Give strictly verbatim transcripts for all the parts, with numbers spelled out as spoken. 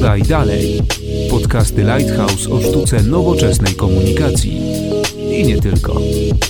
Podaj dalej. Podcasty Lighthouse o sztuce nowoczesnej komunikacji. I nie tylko.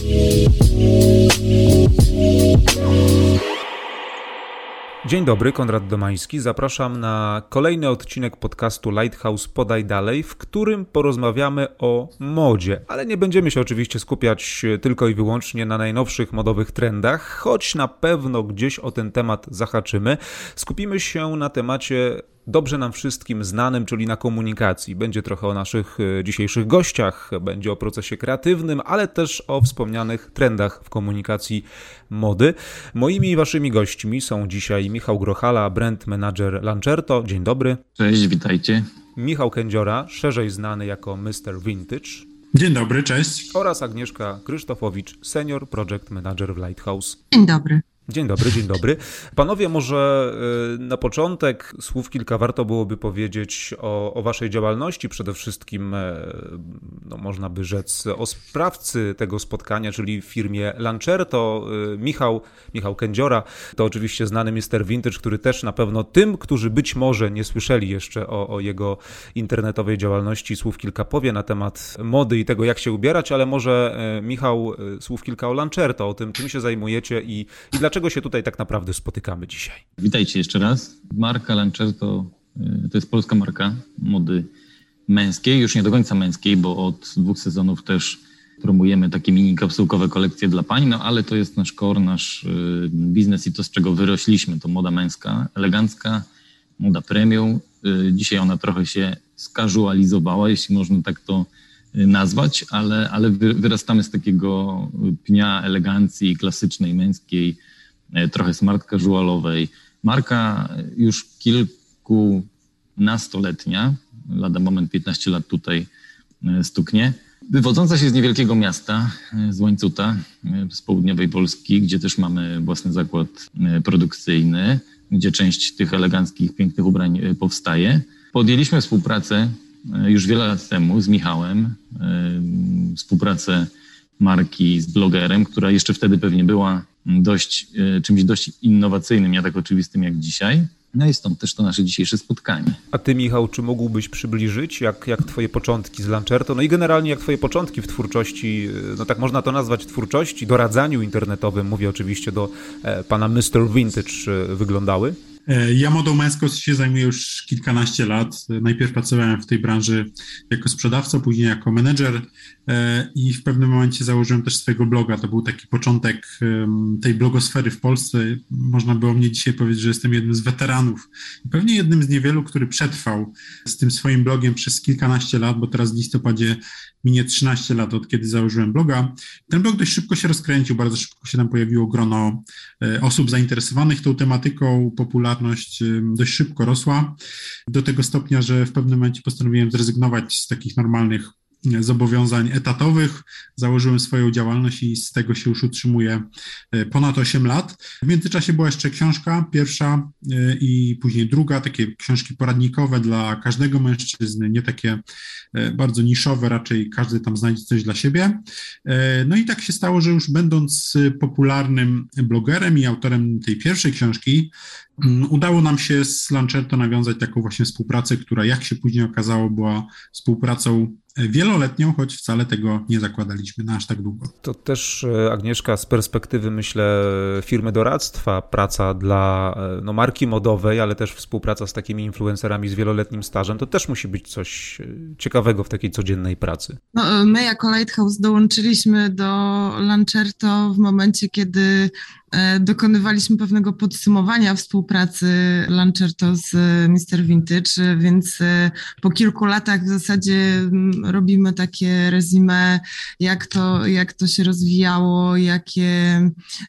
Dzień dobry, Konrad Domański. Zapraszam na kolejny odcinek podcastu Lighthouse Podaj dalej, w którym porozmawiamy o modzie. Ale nie będziemy się oczywiście skupiać tylko i wyłącznie na najnowszych modowych trendach, choć na pewno gdzieś o ten temat zahaczymy. Skupimy się na temacie dobrze nam wszystkim znanym, czyli na komunikacji. Będzie trochę o naszych dzisiejszych gościach, będzie o procesie kreatywnym, ale też o wspomnianych trendach w komunikacji mody. Moimi i waszymi gośćmi są dzisiaj Michał Grochala, brand manager Lancerto. Dzień dobry. Cześć, witajcie. Michał Kędziora, szerzej znany jako mister Vintage. Dzień dobry, cześć. Oraz Agnieszka Krzysztofowicz, senior project manager w Lighthouse. Dzień dobry. Dzień dobry, dzień dobry. Panowie, może na początek słów kilka warto byłoby powiedzieć o, o waszej działalności. Przede wszystkim, no, można by rzec, o sprawcy tego spotkania, czyli w firmie Lancerto. Michał, Michał Kędziora, to oczywiście znany mister Vintage, który też na pewno tym, którzy być może nie słyszeli jeszcze o, o jego internetowej działalności, słów kilka powie na temat mody i tego, jak się ubierać, ale może Michał, słów kilka o Lancerto, o tym, czym się zajmujecie i, i dlaczego Dlaczego się tutaj tak naprawdę spotykamy dzisiaj? Witajcie jeszcze raz. Marka Lancerto to jest polska marka mody męskiej, już nie do końca męskiej, bo od dwóch sezonów też promujemy takie mini kapsułkowe kolekcje dla pań, no ale to jest nasz core, nasz biznes i to, z czego wyrośliśmy. To moda męska, elegancka, moda premium. Dzisiaj ona trochę się skażualizowała, jeśli można tak to nazwać, ale, ale wyrastamy z takiego pnia elegancji klasycznej, męskiej, trochę smart casualowej. Marka już kilkunastoletnia, lada moment piętnaście lat tutaj stuknie, wywodząca się z niewielkiego miasta, z Łańcuta, z południowej Polski, gdzie też mamy własny zakład produkcyjny, gdzie część tych eleganckich, pięknych ubrań powstaje. Podjęliśmy współpracę już wiele lat temu z Michałem, współpracę marki z blogerem, która jeszcze wtedy pewnie była dość, czymś dość innowacyjnym, nie tak oczywistym jak dzisiaj. No i stąd też to nasze dzisiejsze spotkanie. A ty, Michał, czy mógłbyś przybliżyć, jak, jak twoje początki z Lancerto, no i generalnie jak twoje początki w twórczości, no tak można to nazwać, twórczości, doradzaniu internetowym, mówię oczywiście do e, pana mister Vintage, e, wyglądały? Ja modą męską się zajmuję już kilkanaście lat. Najpierw pracowałem w tej branży jako sprzedawca, później jako menedżer i w pewnym momencie założyłem też swojego bloga. To był taki początek tej blogosfery w Polsce. Można było mnie dzisiaj powiedzieć, że jestem jednym z weteranów i pewnie jednym z niewielu, który przetrwał z tym swoim blogiem przez kilkanaście lat, bo teraz w listopadzie minie trzynaście lat, od kiedy założyłem bloga. Ten blog dość szybko się rozkręcił, bardzo szybko się tam pojawiło grono osób zainteresowanych tą tematyką, popularność dość szybko rosła, do tego stopnia, że w pewnym momencie postanowiłem zrezygnować z takich normalnych zobowiązań etatowych, założyłem swoją działalność i z tego się już utrzymuję ponad osiem lat. W międzyczasie była jeszcze książka pierwsza i później druga, takie książki poradnikowe dla każdego mężczyzny, nie takie bardzo niszowe, raczej każdy tam znajdzie coś dla siebie. No i tak się stało, że już będąc popularnym blogerem i autorem tej pierwszej książki, udało nam się z Lancerto nawiązać taką właśnie współpracę, która, jak się później okazało, była współpracą wieloletnią, choć wcale tego nie zakładaliśmy na aż tak długo. To też, Agnieszka, z perspektywy, myślę, firmy doradztwa, praca dla no, marki modowej, ale też współpraca z takimi influencerami z wieloletnim stażem, to też musi być coś ciekawego w takiej codziennej pracy. No, my jako Lighthouse dołączyliśmy do Lancerto w momencie, kiedy dokonywaliśmy pewnego podsumowania współpracy Lancerto z mister Vintage, więc po kilku latach w zasadzie robimy takie resume, jak to, jak to się rozwijało, jakie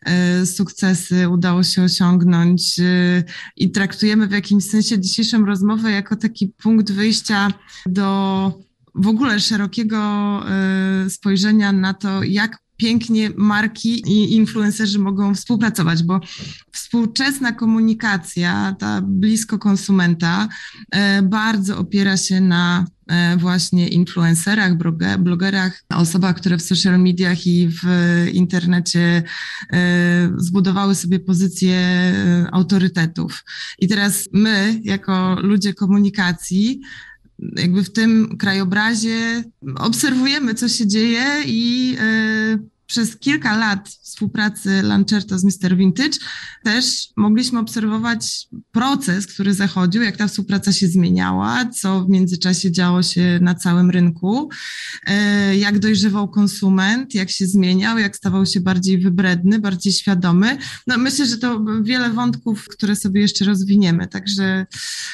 sukcesy udało się osiągnąć i traktujemy w jakimś sensie dzisiejszą rozmowę jako taki punkt wyjścia do w ogóle szerokiego spojrzenia na to, jak pięknie marki i influencerzy mogą współpracować, bo współczesna komunikacja, ta blisko konsumenta, bardzo opiera się na właśnie influencerach, blogerach, osobach, które w social mediach i w internecie zbudowały sobie pozycję autorytetów. I teraz my, jako ludzie komunikacji, jakby w tym krajobrazie obserwujemy, co się dzieje i przez kilka lat współpracy Lancerto z mister Vintage też mogliśmy obserwować proces, który zachodził, jak ta współpraca się zmieniała, co w międzyczasie działo się na całym rynku, jak dojrzewał konsument, jak się zmieniał, jak stawał się bardziej wybredny, bardziej świadomy. No myślę, że to wiele wątków, które sobie jeszcze rozwiniemy, także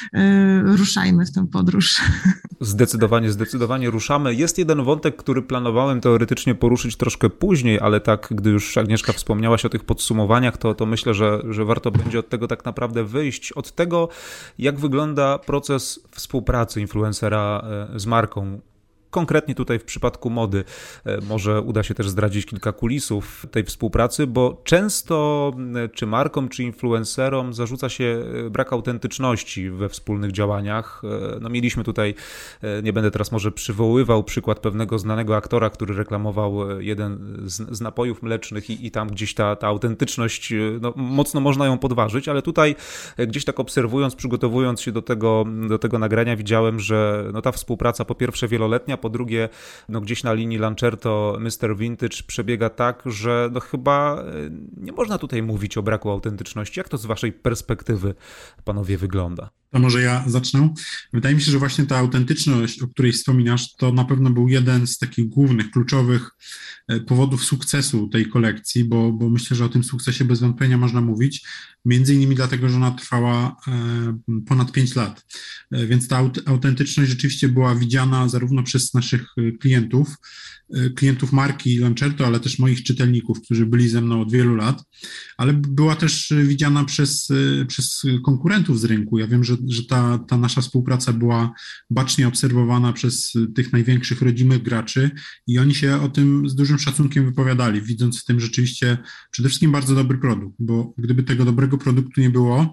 ruszajmy w tę podróż. Zdecydowanie, zdecydowanie ruszamy. Jest jeden wątek, który planowałem teoretycznie poruszyć troszkę później, ale tak, gdy już Agnieszka wspomniałaś o tych podsumowaniach, to, to myślę, że, że warto będzie od tego tak naprawdę wyjść. Od tego, jak wygląda proces współpracy influencera z marką. Konkretnie tutaj w przypadku mody może uda się też zdradzić kilka kulisów tej współpracy, bo często czy markom, czy influencerom zarzuca się brak autentyczności we wspólnych działaniach. No mieliśmy tutaj, nie będę teraz może przywoływał przykład pewnego znanego aktora, który reklamował jeden z, z napojów mlecznych i, i tam gdzieś ta, ta autentyczność, no, mocno można ją podważyć, ale tutaj gdzieś tak obserwując, przygotowując się do tego, do tego nagrania widziałem, że no, ta współpraca po pierwsze wieloletnia, po drugie, no gdzieś na linii Lancerto mister Vintage przebiega tak, że no chyba nie można tutaj mówić o braku autentyczności. Jak to z waszej perspektywy, panowie, wygląda? To może ja zacznę. Wydaje mi się, że właśnie ta autentyczność, o której wspominasz, to na pewno był jeden z takich głównych, kluczowych powodów sukcesu tej kolekcji, bo, bo myślę, że o tym sukcesie bez wątpienia można mówić, między innymi dlatego, że ona trwała ponad pięć lat. Więc ta autentyczność rzeczywiście była widziana zarówno przez naszych klientów, klientów marki Lancerto, ale też moich czytelników, którzy byli ze mną od wielu lat, ale była też widziana przez, przez konkurentów z rynku. Ja wiem, że, że ta, ta nasza współpraca była bacznie obserwowana przez tych największych rodzimych graczy i oni się o tym z dużym szacunkiem wypowiadali, widząc w tym rzeczywiście przede wszystkim bardzo dobry produkt, bo gdyby tego dobrego produktu nie było,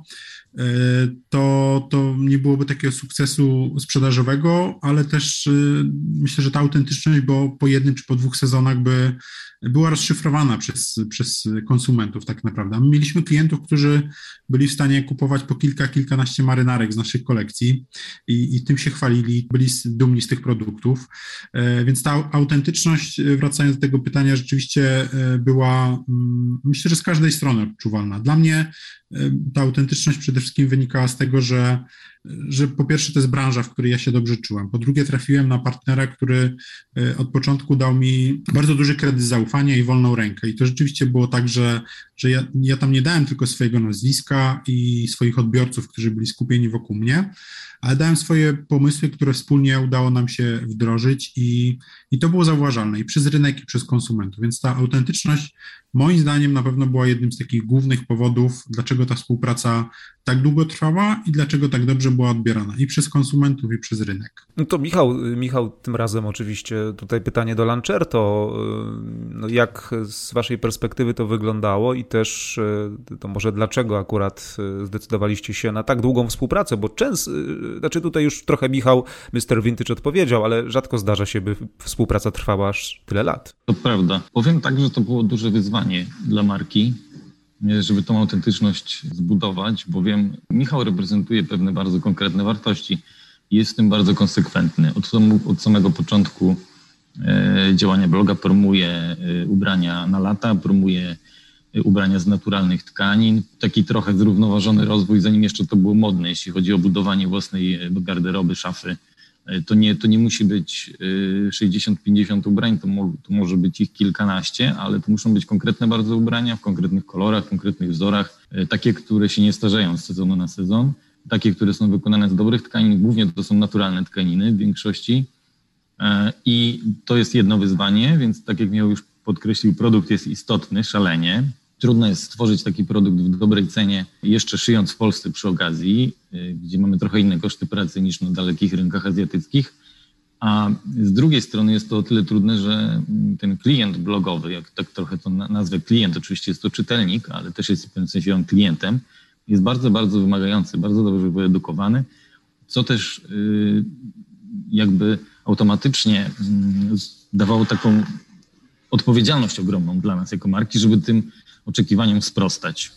to, to nie byłoby takiego sukcesu sprzedażowego, ale też myślę, że ta autentyczność, bo po jednym czy po dwóch sezonach by była rozszyfrowana przez, przez konsumentów tak naprawdę. My mieliśmy klientów, którzy byli w stanie kupować po kilka, kilkanaście marynarek z naszych kolekcji i, i tym się chwalili, byli dumni z tych produktów, więc ta autentyczność, wracając do tego pytania, rzeczywiście była, myślę, że z każdej strony odczuwalna. Dla mnie ta autentyczność przede wszystkim wynikała z tego, że że po pierwsze to jest branża, w której ja się dobrze czułem. Po drugie trafiłem na partnera, który od początku dał mi bardzo duży kredyt zaufania i wolną rękę. I to rzeczywiście było tak, że, że ja, ja tam nie dałem tylko swojego nazwiska i swoich odbiorców, którzy byli skupieni wokół mnie, ale dałem swoje pomysły, które wspólnie udało nam się wdrożyć i, i to było zauważalne i przez rynek, i przez konsumentów. Więc ta autentyczność moim zdaniem na pewno była jednym z takich głównych powodów, dlaczego ta współpraca tak długo trwała i dlaczego tak dobrze była odbierana i przez konsumentów, i przez rynek. No to Michał, Michał, tym razem oczywiście tutaj pytanie do Lancerto. No jak z waszej perspektywy to wyglądało i też to może dlaczego akurat zdecydowaliście się na tak długą współpracę, bo często, znaczy tutaj już trochę Michał, mister Vintage odpowiedział, ale rzadko zdarza się, by współpraca trwała aż tyle lat. To prawda. Powiem tak, że to było duże wyzwanie dla marki, żeby tą autentyczność zbudować, bowiem Michał reprezentuje pewne bardzo konkretne wartości i jest w tym bardzo konsekwentny. Od, od samego początku e, działania bloga promuje e, ubrania na lata, promuje e, ubrania z naturalnych tkanin, taki trochę zrównoważony rozwój, zanim jeszcze to było modne, jeśli chodzi o budowanie własnej garderoby, szafy. To nie, to nie musi być sześćdziesiąt pięćdziesiąt ubrań, to, mo, to może być ich kilkanaście, ale to muszą być konkretne bardzo ubrania w konkretnych kolorach, konkretnych wzorach, takie, które się nie starzeją z sezonu na sezon, takie, które są wykonane z dobrych tkanin, głównie to są naturalne tkaniny w większości i to jest jedno wyzwanie, więc tak jak Michał już podkreślił, produkt jest istotny, szalenie. Trudno jest stworzyć taki produkt w dobrej cenie, jeszcze szyjąc w Polsce przy okazji, gdzie mamy trochę inne koszty pracy niż na dalekich rynkach azjatyckich. A z drugiej strony jest to o tyle trudne, że ten klient blogowy, jak tak trochę to nazwę klient, oczywiście jest to czytelnik, ale też jest w pewnym sensie on klientem, jest bardzo, bardzo wymagający, bardzo dobrze wyedukowany, co też jakby automatycznie dawało taką odpowiedzialność ogromną dla nas jako marki, żeby tym oczekiwaniom sprostać.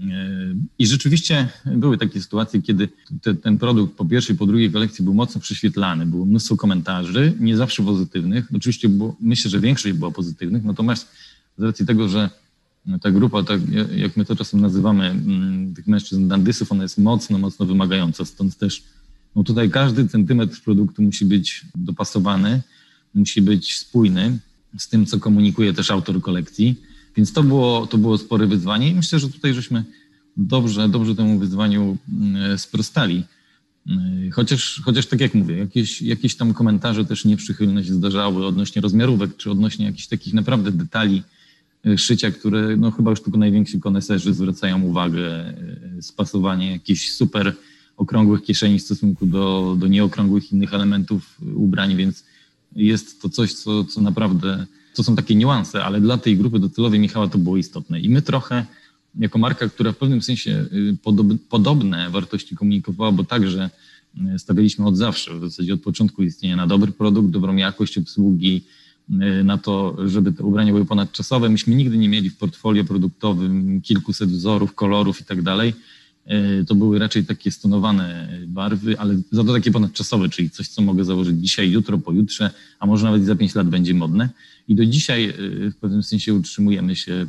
I rzeczywiście były takie sytuacje, kiedy te, ten produkt po pierwszej, po drugiej kolekcji był mocno prześwietlany, było mnóstwo komentarzy, nie zawsze pozytywnych. Oczywiście było, myślę, że większość była pozytywnych, natomiast z racji tego, że ta grupa, tak jak my to czasem nazywamy, tych mężczyzn dandysów, ona jest mocno, mocno wymagająca, stąd też no tutaj każdy centymetr produktu musi być dopasowany, musi być spójny z tym, co komunikuje też autor kolekcji. Więc to było, to było spore wyzwanie i myślę, że tutaj żeśmy dobrze, dobrze temu wyzwaniu sprostali. Chociaż, chociaż tak jak mówię, jakieś, jakieś tam komentarze też nieprzychylne się zdarzały odnośnie rozmiarówek, czy odnośnie jakichś takich naprawdę detali szycia, które no chyba już tylko najwięksi koneserzy zwracają uwagę. Spasowanie jakichś super okrągłych kieszeni w stosunku do, do nieokrągłych innych elementów ubrań, więc jest to coś, co, co naprawdę... To są takie niuanse, ale dla tej grupy docelowej Michała to było istotne. I my trochę, jako marka, która w pewnym sensie podob- podobne wartości komunikowała, bo także stawialiśmy od zawsze, w zasadzie od początku istnienia, na dobry produkt, dobrą jakość obsługi, na to, żeby te ubrania były ponadczasowe. Myśmy nigdy nie mieli w portfolio produktowym kilkuset wzorów, kolorów i tak dalej. To były raczej takie stonowane barwy, ale za to takie ponadczasowe, czyli coś, co mogę założyć dzisiaj, jutro, pojutrze, a może nawet za pięć lat będzie modne. I do dzisiaj w pewnym sensie utrzymujemy się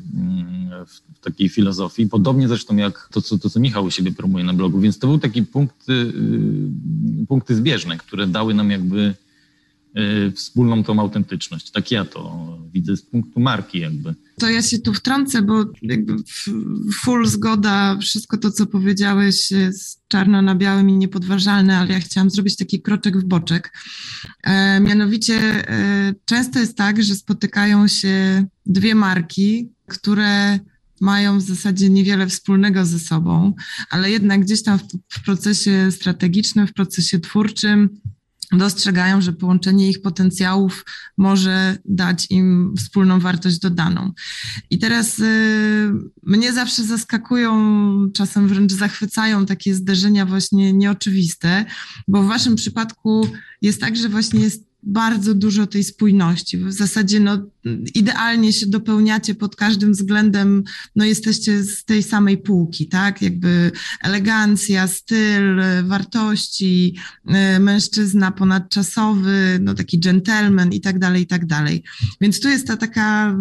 w takiej filozofii, podobnie zresztą jak to, co, to, co Michał u siebie promuje na blogu. Więc to były takie punkty, punkty zbieżne, które dały nam jakby wspólną tą autentyczność. Tak ja to widzę z punktu marki jakby. To ja się tu wtrącę, bo jakby full zgoda, wszystko to, co powiedziałeś jest czarno na białym i niepodważalne, ale ja chciałam zrobić taki kroczek w boczek. E, mianowicie e, często jest tak, że spotykają się dwie marki, które mają w zasadzie niewiele wspólnego ze sobą, ale jednak gdzieś tam w, w procesie strategicznym, w procesie twórczym dostrzegają, że połączenie ich potencjałów może dać im wspólną wartość dodaną. I teraz y, mnie zawsze zaskakują, czasem wręcz zachwycają takie zderzenia właśnie nieoczywiste, bo w waszym przypadku jest tak, że właśnie jest bardzo dużo tej spójności. W zasadzie no, idealnie się dopełniacie pod każdym względem, no jesteście z tej samej półki, tak? Jakby elegancja, styl, wartości, mężczyzna ponadczasowy, no taki gentleman i tak dalej, i tak dalej. Więc tu jest ta taka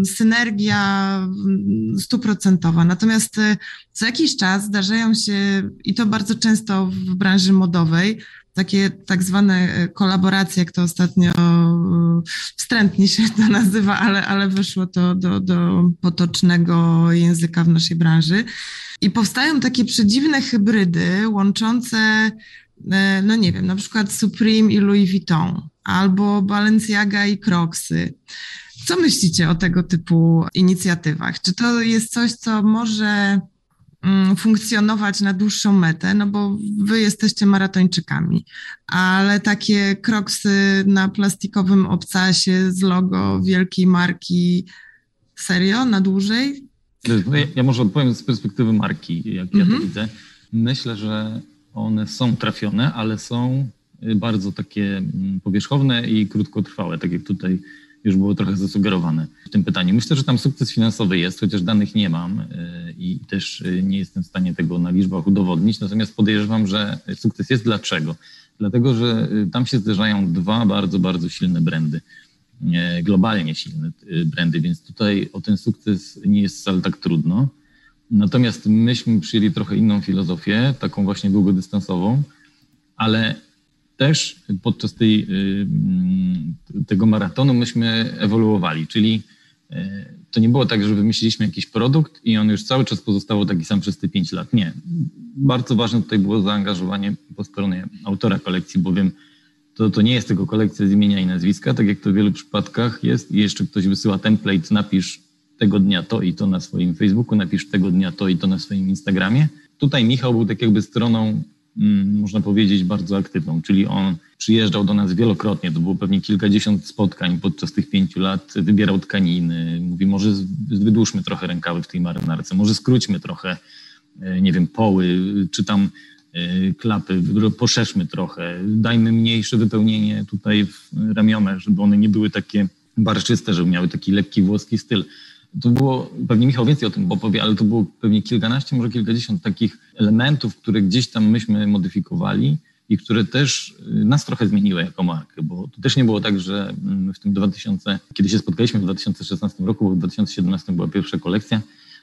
synergia stuprocentowa. Natomiast co jakiś czas zdarzają się, i to bardzo często w branży modowej, takie tak zwane kolaboracje, jak to ostatnio wstrętnie się to nazywa, ale, ale wyszło to do, do potocznego języka w naszej branży. I powstają takie przedziwne hybrydy łączące, no nie wiem, na przykład Supreme i Louis Vuitton, albo Balenciaga i Crocsy. Co myślicie o tego typu inicjatywach? Czy to jest coś, co może funkcjonować na dłuższą metę, no bo wy jesteście maratończykami, ale takie Crocsy na plastikowym obcasie z logo wielkiej marki, serio, na dłużej? Ja, ja może odpowiem z perspektywy marki, jak mhm. ja to widzę. Myślę, że one są trafione, ale są bardzo takie powierzchowne i krótkotrwałe, tak jak tutaj już było trochę zasugerowane w tym pytaniu. Myślę, że tam sukces finansowy jest, chociaż danych nie mam i też nie jestem w stanie tego na liczbach udowodnić, natomiast podejrzewam, że sukces jest. Dlaczego? Dlatego, że tam się zderzają dwa bardzo, bardzo silne brandy, globalnie silne brandy, więc tutaj o ten sukces nie jest wcale tak trudno. Natomiast myśmy przyjęli trochę inną filozofię, taką właśnie długodystansową, ale też podczas tej, tego maratonu myśmy ewoluowali, czyli to nie było tak, że wymyśliliśmy jakiś produkt i on już cały czas pozostawał taki sam przez te pięć lat. Nie. Bardzo ważne tutaj było zaangażowanie po stronie autora kolekcji, bowiem to, to nie jest tylko kolekcja z imienia i nazwiska, tak jak to w wielu przypadkach jest. I jeszcze ktoś wysyła template, napisz tego dnia to i to na swoim Facebooku, napisz tego dnia to i to na swoim Instagramie. Tutaj Michał był tak jakby stroną, można powiedzieć, bardzo aktywną, czyli on przyjeżdżał do nas wielokrotnie, to było pewnie kilkadziesiąt spotkań podczas tych pięciu lat, wybierał tkaniny, mówi, może wydłużmy trochę rękawy w tej marynarce, może skróćmy trochę, nie wiem, poły, czy tam klapy, poszerzmy trochę, dajmy mniejsze wypełnienie tutaj w ramionach, żeby one nie były takie barszczyste, żeby miały taki lekki włoski styl. To było, pewnie Michał więcej o tym opowie, ale to było pewnie kilkanaście, może kilkadziesiąt takich elementów, które gdzieś tam myśmy modyfikowali i które też nas trochę zmieniły jako markę, bo to też nie było tak, że w tym dwa tysiące, kiedy się spotkaliśmy w dwa tysiące szesnastym roku, bo w dwa tysiące siedemnastym była pierwsza kolekcja,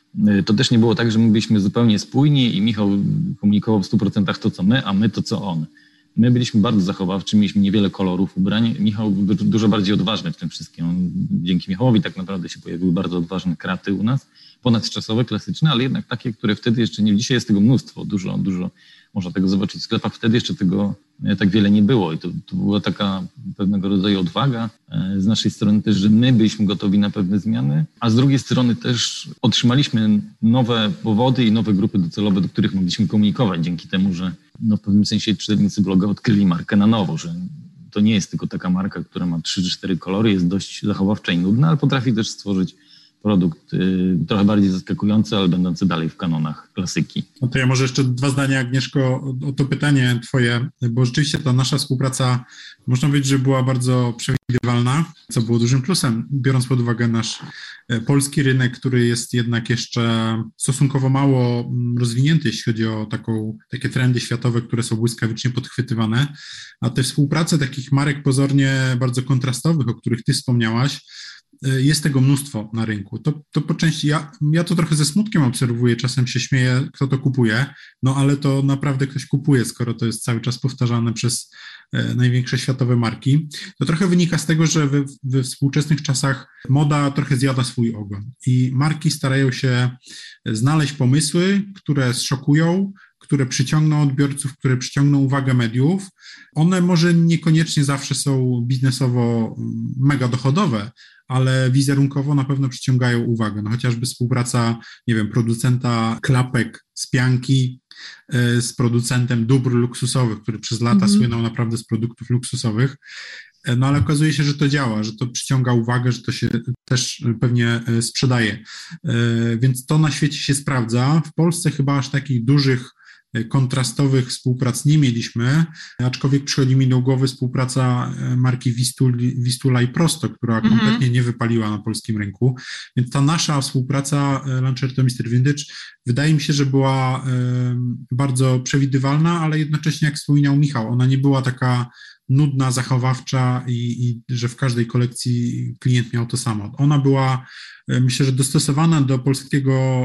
to też nie było tak, że my byliśmy zupełnie spójni i Michał komunikował w stu procentach to, co my, a my to, co on. My byliśmy bardzo zachowawczy, mieliśmy niewiele kolorów ubrań. Michał był dużo bardziej odważny w tym wszystkim. On, dzięki Michałowi tak naprawdę się pojawiły bardzo odważne kraty u nas, ponadczasowe, klasyczne, ale jednak takie, które wtedy jeszcze nie... Dzisiaj jest tego mnóstwo, dużo, dużo. Można tego zobaczyć w sklepach. Wtedy jeszcze tego tak wiele nie było i to, to była taka pewnego rodzaju odwaga z naszej strony też, że my byliśmy gotowi na pewne zmiany, a z drugiej strony też otrzymaliśmy nowe powody i nowe grupy docelowe, do których mogliśmy komunikować dzięki temu, że no w pewnym sensie czytelnicy bloga odkryli markę na nowo, że to nie jest tylko taka marka, która ma trzy czy cztery kolory, jest dość zachowawcza i nudna, ale potrafi też stworzyć produkt y, trochę bardziej zaskakujący, ale będący dalej w kanonach klasyki. No to ja może jeszcze dwa zdania, Agnieszko, o, o to pytanie twoje, bo rzeczywiście ta nasza współpraca, można powiedzieć, że była bardzo przewidywalna, co było dużym plusem, biorąc pod uwagę nasz polski rynek, który jest jednak jeszcze stosunkowo mało rozwinięty, jeśli chodzi o taką, takie trendy światowe, które są błyskawicznie podchwytywane, a te współprace takich marek pozornie bardzo kontrastowych, o których ty wspomniałaś, jest tego mnóstwo na rynku. To, to po części, ja, ja to trochę ze smutkiem obserwuję, czasem się śmieję, kto to kupuje, no ale to naprawdę ktoś kupuje, skoro to jest cały czas powtarzane przez e, największe światowe marki. To trochę wynika z tego, że we, we współczesnych czasach moda trochę zjada swój ogon i marki starają się znaleźć pomysły, które zszokują, które przyciągną odbiorców, które przyciągną uwagę mediów. One może niekoniecznie zawsze są biznesowo mega dochodowe, ale wizerunkowo na pewno przyciągają uwagę. No chociażby współpraca, nie wiem, producenta klapek z pianki y, z producentem dóbr luksusowych, który przez lata mm-hmm. słynął naprawdę z produktów luksusowych. No ale okazuje się, że to działa, że to przyciąga uwagę, że to się też pewnie sprzedaje. Y, więc to na świecie się sprawdza. W Polsce chyba aż takich dużych kontrastowych współprac nie mieliśmy, aczkolwiek przychodzi mi do głowy współpraca marki Wistula i Prosto, która mm-hmm. kompletnie nie wypaliła na polskim rynku, więc ta nasza współpraca Lancerto mister Vintage wydaje mi się, że była bardzo przewidywalna, ale jednocześnie, jak wspominał Michał, ona nie była taka nudna, zachowawcza i, i że w każdej kolekcji klient miał to samo. Ona była, myślę, że dostosowana do polskiego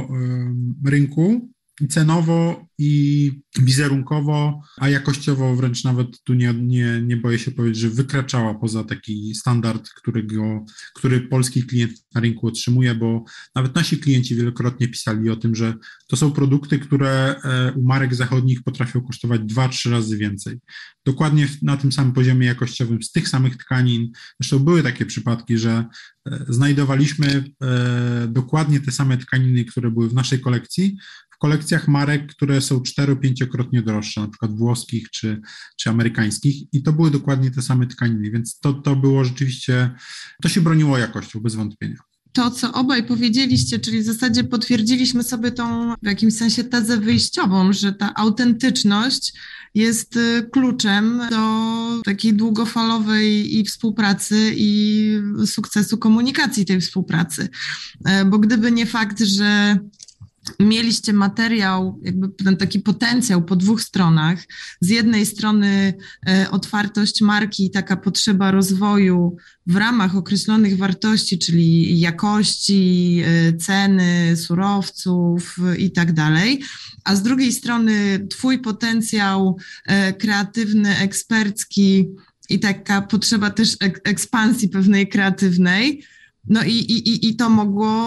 rynku, i cenowo, i wizerunkowo, a jakościowo wręcz nawet tu nie, nie, nie boję się powiedzieć, że wykraczała poza taki standard, którego, który polski klient na rynku otrzymuje, bo nawet nasi klienci wielokrotnie pisali o tym, że to są produkty, które u marek zachodnich potrafią kosztować dwa, trzy razy więcej. Dokładnie na tym samym poziomie jakościowym, z tych samych tkanin. Zresztą były takie przypadki, że znajdowaliśmy dokładnie te same tkaniny, które były w naszej kolekcji, w kolekcjach marek, które są cztero pięciokrotnie droższe, na przykład włoskich czy, czy amerykańskich i to były dokładnie te same tkaniny, więc to, to było rzeczywiście, to się broniło jakością, bez wątpienia. To, co obaj powiedzieliście, czyli w zasadzie potwierdziliśmy sobie tą w jakimś sensie tezę wyjściową, że ta autentyczność jest kluczem do takiej długofalowej i współpracy i sukcesu komunikacji tej współpracy. Bo gdyby nie fakt, że mieliście materiał, jakby ten taki potencjał po dwóch stronach. Z jednej strony e, otwartość marki i taka potrzeba rozwoju w ramach określonych wartości, czyli jakości, e, ceny, surowców i tak dalej, a z drugiej strony twój potencjał e, kreatywny, ekspercki i taka potrzeba też ek- ekspansji pewnej kreatywnej. No i, i, i to mogło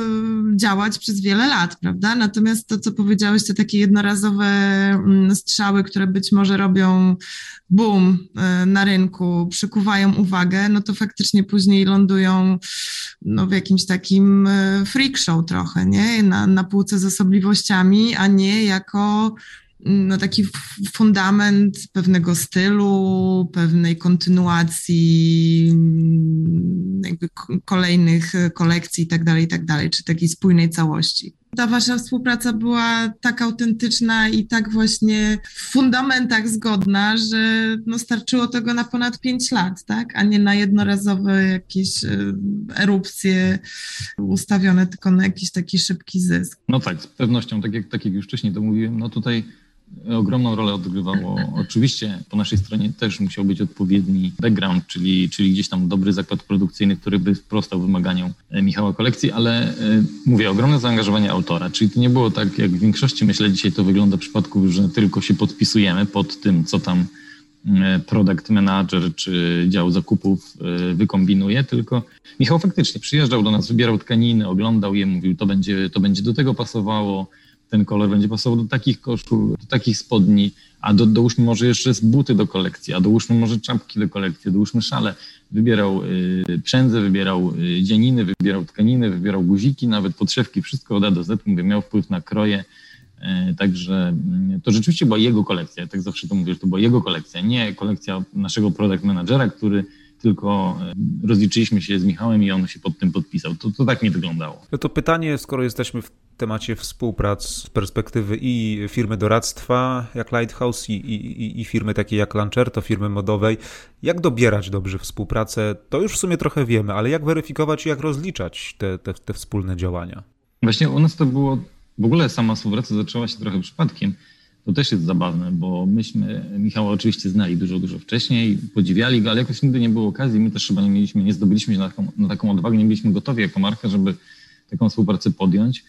działać przez wiele lat, prawda? Natomiast to, co powiedziałeś, to takie jednorazowe strzały, które być może robią boom na rynku, przykuwają uwagę, no to faktycznie później lądują no, w jakimś takim freak show trochę, nie? Na, na półce z osobliwościami, a nie jako no, taki fundament pewnego stylu, pewnej kontynuacji jakby kolejnych kolekcji i tak dalej, i tak dalej, czy takiej spójnej całości. ta wasza współpraca była tak autentyczna i tak właśnie w fundamentach zgodna, że no starczyło tego na ponad pięć lat, tak? A nie na jednorazowe jakieś erupcje ustawione tylko na jakiś taki szybki zysk. No tak, z pewnością, tak jak, tak jak już wcześniej to mówiłem, no tutaj ogromną rolę odgrywało. Oczywiście po naszej stronie też musiał być odpowiedni background, czyli, czyli gdzieś tam dobry zakład produkcyjny, który by sprostał wymaganiom Michała kolekcji, ale mówię, ogromne zaangażowanie autora, czyli to nie było tak, jak w większości, myślę, dzisiaj to wygląda w przypadku, że tylko się podpisujemy pod tym, co tam product manager czy dział zakupów wykombinuje, tylko Michał faktycznie przyjeżdżał do nas, wybierał tkaniny, oglądał je, mówił, to będzie, to będzie do tego pasowało, ten kolor będzie pasował do takich koszul, do takich spodni, a do, dołóżmy może jeszcze buty do kolekcji, a dołóżmy może czapki do kolekcji, dołóżmy szale. Wybierał y, przędzę, wybierał y, dzianiny, wybierał tkaniny, wybierał guziki, nawet podszewki, wszystko od A do Z, mówię, miał wpływ na kroje. Y, także y, to rzeczywiście była jego kolekcja, ja tak zawsze to mówię, że to była jego kolekcja, nie kolekcja naszego product managera, który tylko rozliczyliśmy się z Michałem i on się pod tym podpisał. To, to tak nie wyglądało. No to pytanie, skoro jesteśmy w temacie współprac z perspektywy i firmy doradztwa jak Lighthouse i, i, i firmy takiej jak Lancerto, firmy modowej, jak dobierać dobrze współpracę, to już w sumie trochę wiemy, ale jak weryfikować i jak rozliczać te, te, te wspólne działania? Właśnie u nas to było, w ogóle sama współpraca zaczęła się trochę przypadkiem. To też jest zabawne, bo myśmy Michała oczywiście znali dużo, dużo wcześniej, podziwiali go, ale jakoś nigdy nie było okazji. My też chyba nie mieliśmy, nie zdobyliśmy się na taką, na taką odwagę, nie byliśmy gotowi jako marka, żeby taką współpracę podjąć.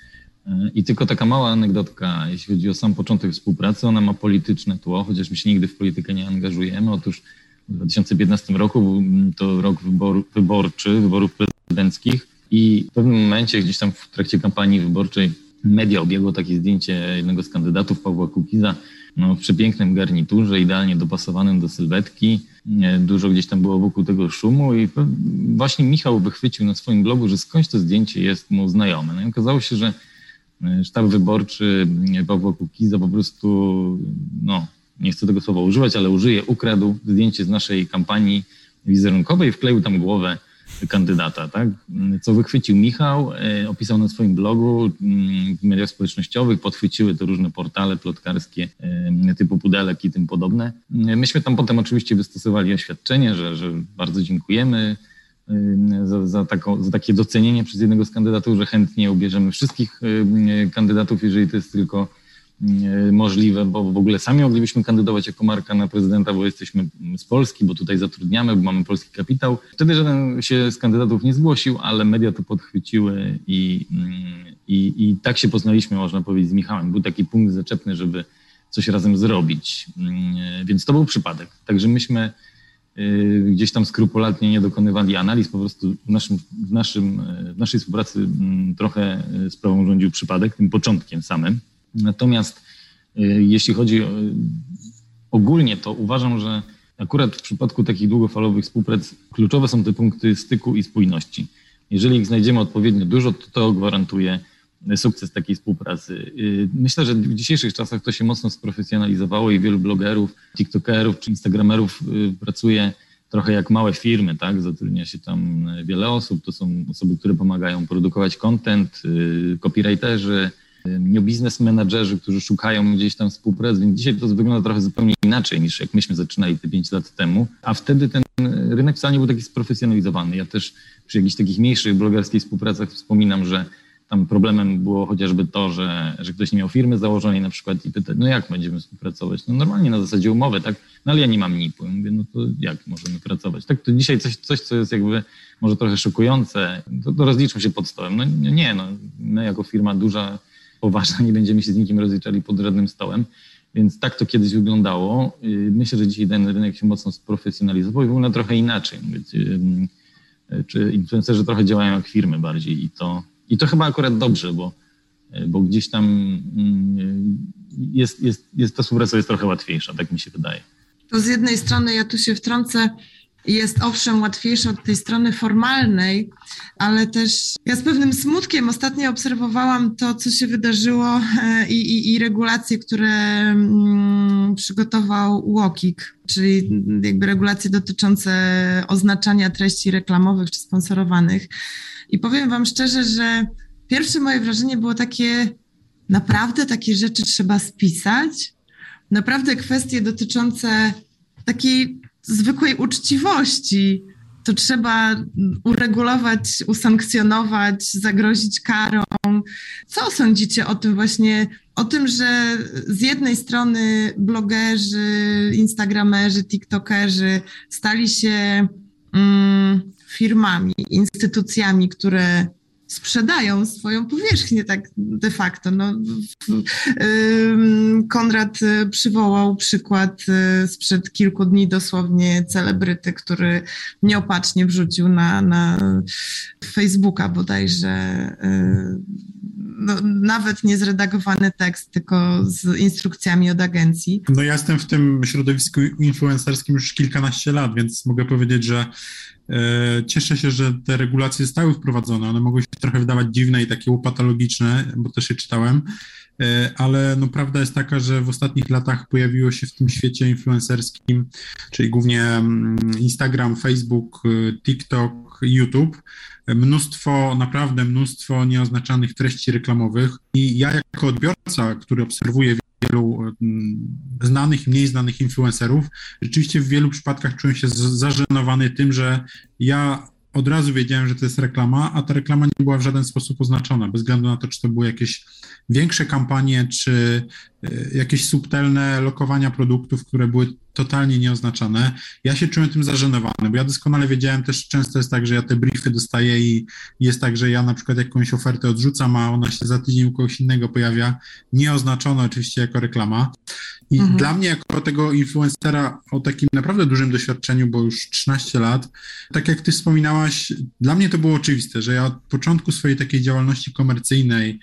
I tylko taka mała anegdotka, jeśli chodzi o sam początek współpracy, ona ma polityczne tło, chociaż my się nigdy w politykę nie angażujemy. Otóż w dwa tysiące piętnastym roku to rok wybor, wyborczy, wyborów prezydenckich i w pewnym momencie gdzieś tam w trakcie kampanii wyborczej media obiegło takie zdjęcie jednego z kandydatów, Pawła Kukiza, no, w przepięknym garniturze, idealnie dopasowanym do sylwetki. Dużo gdzieś tam było wokół tego szumu i właśnie Michał wychwycił na swoim blogu, że skądś to zdjęcie jest mu znajome. No i okazało się, że sztab wyborczy Pawła Kukiza po prostu, no nie chcę tego słowa używać, ale użyję, ukradł zdjęcie z naszej kampanii wizerunkowej i wkleił tam głowę kandydata, tak? Co wychwycił Michał, opisał na swoim blogu, w mediach społecznościowych, podchwyciły to różne portale plotkarskie typu Pudelek i tym podobne. Myśmy tam potem oczywiście wystosowali oświadczenie, że, że bardzo dziękujemy za, za, taką, za takie docenienie przez jednego z kandydatów, że chętnie ubierzemy wszystkich kandydatów, jeżeli to jest tylko możliwe, bo w ogóle sami moglibyśmy kandydować jako marka na prezydenta, bo jesteśmy z Polski, bo tutaj zatrudniamy, bo mamy polski kapitał. Wtedy żaden się z kandydatów nie zgłosił, ale media to podchwyciły i, i, i tak się poznaliśmy, można powiedzieć, z Michałem. Był taki punkt zaczepny, żeby coś razem zrobić, więc to był przypadek. Także myśmy gdzieś tam skrupulatnie nie dokonywali analiz, po prostu w, naszym, w, naszym, w naszej współpracy trochę sprawą rządził przypadek, tym początkiem samym. Natomiast jeśli chodzi o, ogólnie, to uważam, że akurat w przypadku takich długofalowych współprac kluczowe są te punkty styku i spójności. Jeżeli ich znajdziemy odpowiednio dużo, to to gwarantuje sukces takiej współpracy. Myślę, że w dzisiejszych czasach to się mocno sprofesjonalizowało i wielu blogerów, tiktokerów czy instagramerów pracuje trochę jak małe firmy, tak? Zatrudnia się tam wiele osób, to są osoby, które pomagają produkować content, copywriterzy, new business menadżerzy, którzy szukają gdzieś tam współpracy, więc dzisiaj to wygląda trochę zupełnie inaczej niż jak myśmy zaczynali te pięć lat temu, a wtedy ten rynek wcale nie był taki sprofesjonalizowany. Ja też przy jakichś takich mniejszych blogerskich współpracach wspominam, że tam problemem było chociażby to, że, że ktoś nie miał firmy założonej na przykład i pyta, no jak będziemy współpracować? No normalnie na zasadzie umowy, tak? No ale ja nie mam N I P-u. Ja mówię, no to jak możemy pracować? Tak, to dzisiaj coś, coś co jest jakby może trochę szokujące, to, to rozliczmy się pod stołem. No nie, no my jako firma duża, poważna, nie będziemy się z nikim rozliczali pod żadnym stołem, więc tak to kiedyś wyglądało. Myślę, że dzisiaj ten rynek się mocno sprofesjonalizował i wygląda trochę inaczej. Czy influencerzy trochę działają jak firmy bardziej i to I to chyba akurat dobrze, bo, bo gdzieś tam jest, jest, jest ta współpraca jest trochę łatwiejsza, tak mi się wydaje. To z jednej strony, ja tu się wtrącę, jest owszem łatwiejsza od tej strony formalnej, ale też ja z pewnym smutkiem ostatnio obserwowałam to, co się wydarzyło i, i, i regulacje, które mm, przygotował UOKiK, czyli jakby regulacje dotyczące oznaczania treści reklamowych czy sponsorowanych. I powiem wam szczerze, że pierwsze moje wrażenie było takie, naprawdę takie rzeczy trzeba spisać? Naprawdę kwestie dotyczące takiej zwykłej uczciwości to trzeba uregulować, usankcjonować, zagrozić karą. Co sądzicie o tym właśnie, o tym, że z jednej strony blogerzy, instagramerzy, tiktokerzy stali się mm, firmami, instytucjami, które sprzedają swoją powierzchnię tak de facto. No, Konrad przywołał przykład sprzed kilku dni dosłownie celebryty, który nieopatrznie wrzucił na, na Facebooka bodajże no, nawet nie zredagowany tekst, tylko z instrukcjami od agencji. No ja jestem w tym środowisku influencerskim już kilkanaście lat, więc mogę powiedzieć, że cieszę się, że te regulacje zostały wprowadzone. One mogły się trochę wydawać dziwne i takie łopatologiczne, bo też je czytałem, ale no prawda jest taka, że w ostatnich latach pojawiło się w tym świecie influencerskim, czyli głównie Instagram, Facebook, TikTok, YouTube, mnóstwo, naprawdę mnóstwo nieoznaczanych treści reklamowych i ja jako odbiorca, który obserwuje wielu znanych i mniej znanych influencerów, rzeczywiście w wielu przypadkach czułem się zażenowany tym, że ja od razu wiedziałem, że to jest reklama, a ta reklama nie była w żaden sposób oznaczona, bez względu na to, czy to były jakieś większe kampanie, czy jakieś subtelne lokowania produktów, które były totalnie nieoznaczone. Ja się czułem tym zażenowany, bo ja doskonale wiedziałem, też często jest tak, że ja te briefy dostaję i jest tak, że ja na przykład jakąś ofertę odrzucam, a ona się za tydzień u kogoś innego pojawia, nieoznaczona oczywiście jako reklama. I mhm. dla mnie jako tego influencera o takim naprawdę dużym doświadczeniu, bo już trzynaście lat, tak jak ty wspominałaś, dla mnie to było oczywiste, że ja od początku swojej takiej działalności komercyjnej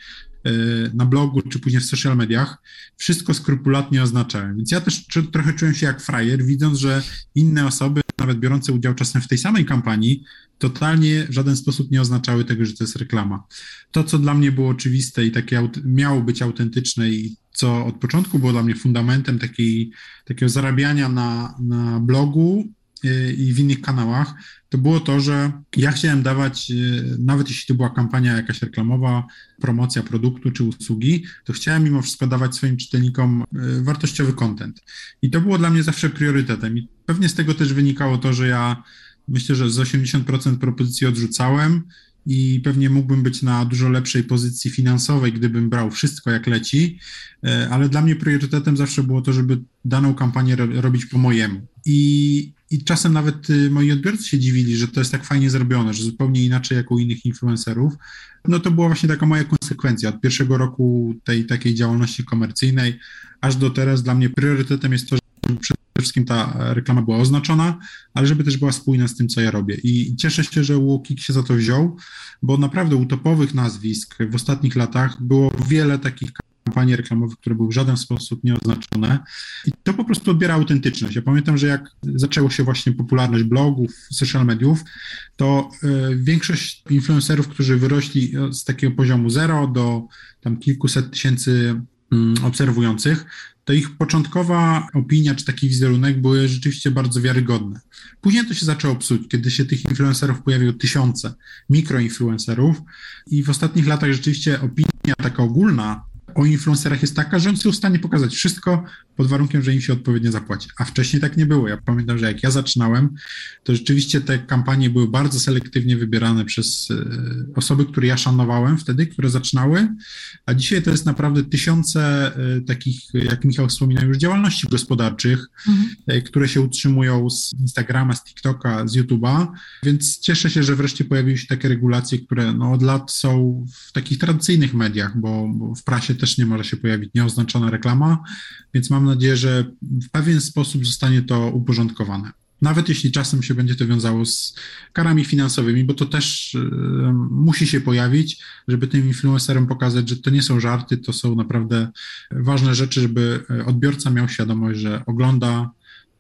na blogu, czy później w social mediach, wszystko skrupulatnie oznaczałem. Więc ja też czy, trochę czułem się jak frajer, widząc, że inne osoby, nawet biorące udział czasem w tej samej kampanii, totalnie w żaden sposób nie oznaczały tego, że to jest reklama. To, co dla mnie było oczywiste i takie aut- miało być autentyczne i co od początku było dla mnie fundamentem takiej, takiego zarabiania na, na blogu i w innych kanałach, to było to, że ja chciałem dawać, nawet jeśli to była kampania jakaś reklamowa, promocja produktu czy usługi, to chciałem mimo wszystko dawać swoim czytelnikom wartościowy content. I to było dla mnie zawsze priorytetem. I pewnie z tego też wynikało to, że ja myślę, że z osiemdziesiąt procent propozycji odrzucałem i pewnie mógłbym być na dużo lepszej pozycji finansowej, gdybym brał wszystko jak leci, ale dla mnie priorytetem zawsze było to, żeby daną kampanię ro- robić po mojemu. I, I czasem nawet moi odbiorcy się dziwili, że to jest tak fajnie zrobione, że zupełnie inaczej jak u innych influencerów. No to była właśnie taka moja konsekwencja. Od pierwszego roku tej takiej działalności komercyjnej aż do teraz dla mnie priorytetem jest to, żeby przede wszystkim ta reklama była oznaczona, ale żeby też była spójna z tym, co ja robię. I cieszę się, że Łokik się za to wziął, bo naprawdę u topowych nazwisk w ostatnich latach było wiele takich kampanii reklamowych, które były w żaden sposób nieoznaczone i to po prostu odbiera autentyczność. Ja pamiętam, że jak zaczęło się właśnie popularność blogów, social mediów, to y, większość influencerów, którzy wyrośli z takiego poziomu zero do tam kilkuset tysięcy y, obserwujących, to ich początkowa opinia czy taki wizerunek były rzeczywiście bardzo wiarygodne. Później to się zaczęło psuć, kiedy się tych influencerów pojawiło tysiące mikroinfluencerów i w ostatnich latach rzeczywiście opinia taka ogólna o influencerach jest taka, że oni są w stanie pokazać wszystko pod warunkiem, że im się odpowiednio zapłaci. A wcześniej tak nie było. Ja pamiętam, że jak ja zaczynałem, to rzeczywiście te kampanie były bardzo selektywnie wybierane przez osoby, które ja szanowałem wtedy, które zaczynały, a dzisiaj to jest naprawdę tysiące takich, jak Michał wspominał, już działalności gospodarczych, mhm. które się utrzymują z Instagrama, z TikToka, z YouTube'a, więc cieszę się, że wreszcie pojawiły się takie regulacje, które no, od lat są w takich tradycyjnych mediach, bo, bo w prasie też nie może się pojawić nieoznaczona reklama, więc mam nadzieję, że w pewien sposób zostanie to uporządkowane. Nawet jeśli czasem się będzie to wiązało z karami finansowymi, bo to też y, musi się pojawić, żeby tym influencerom pokazać, że to nie są żarty, to są naprawdę ważne rzeczy, żeby odbiorca miał świadomość, że ogląda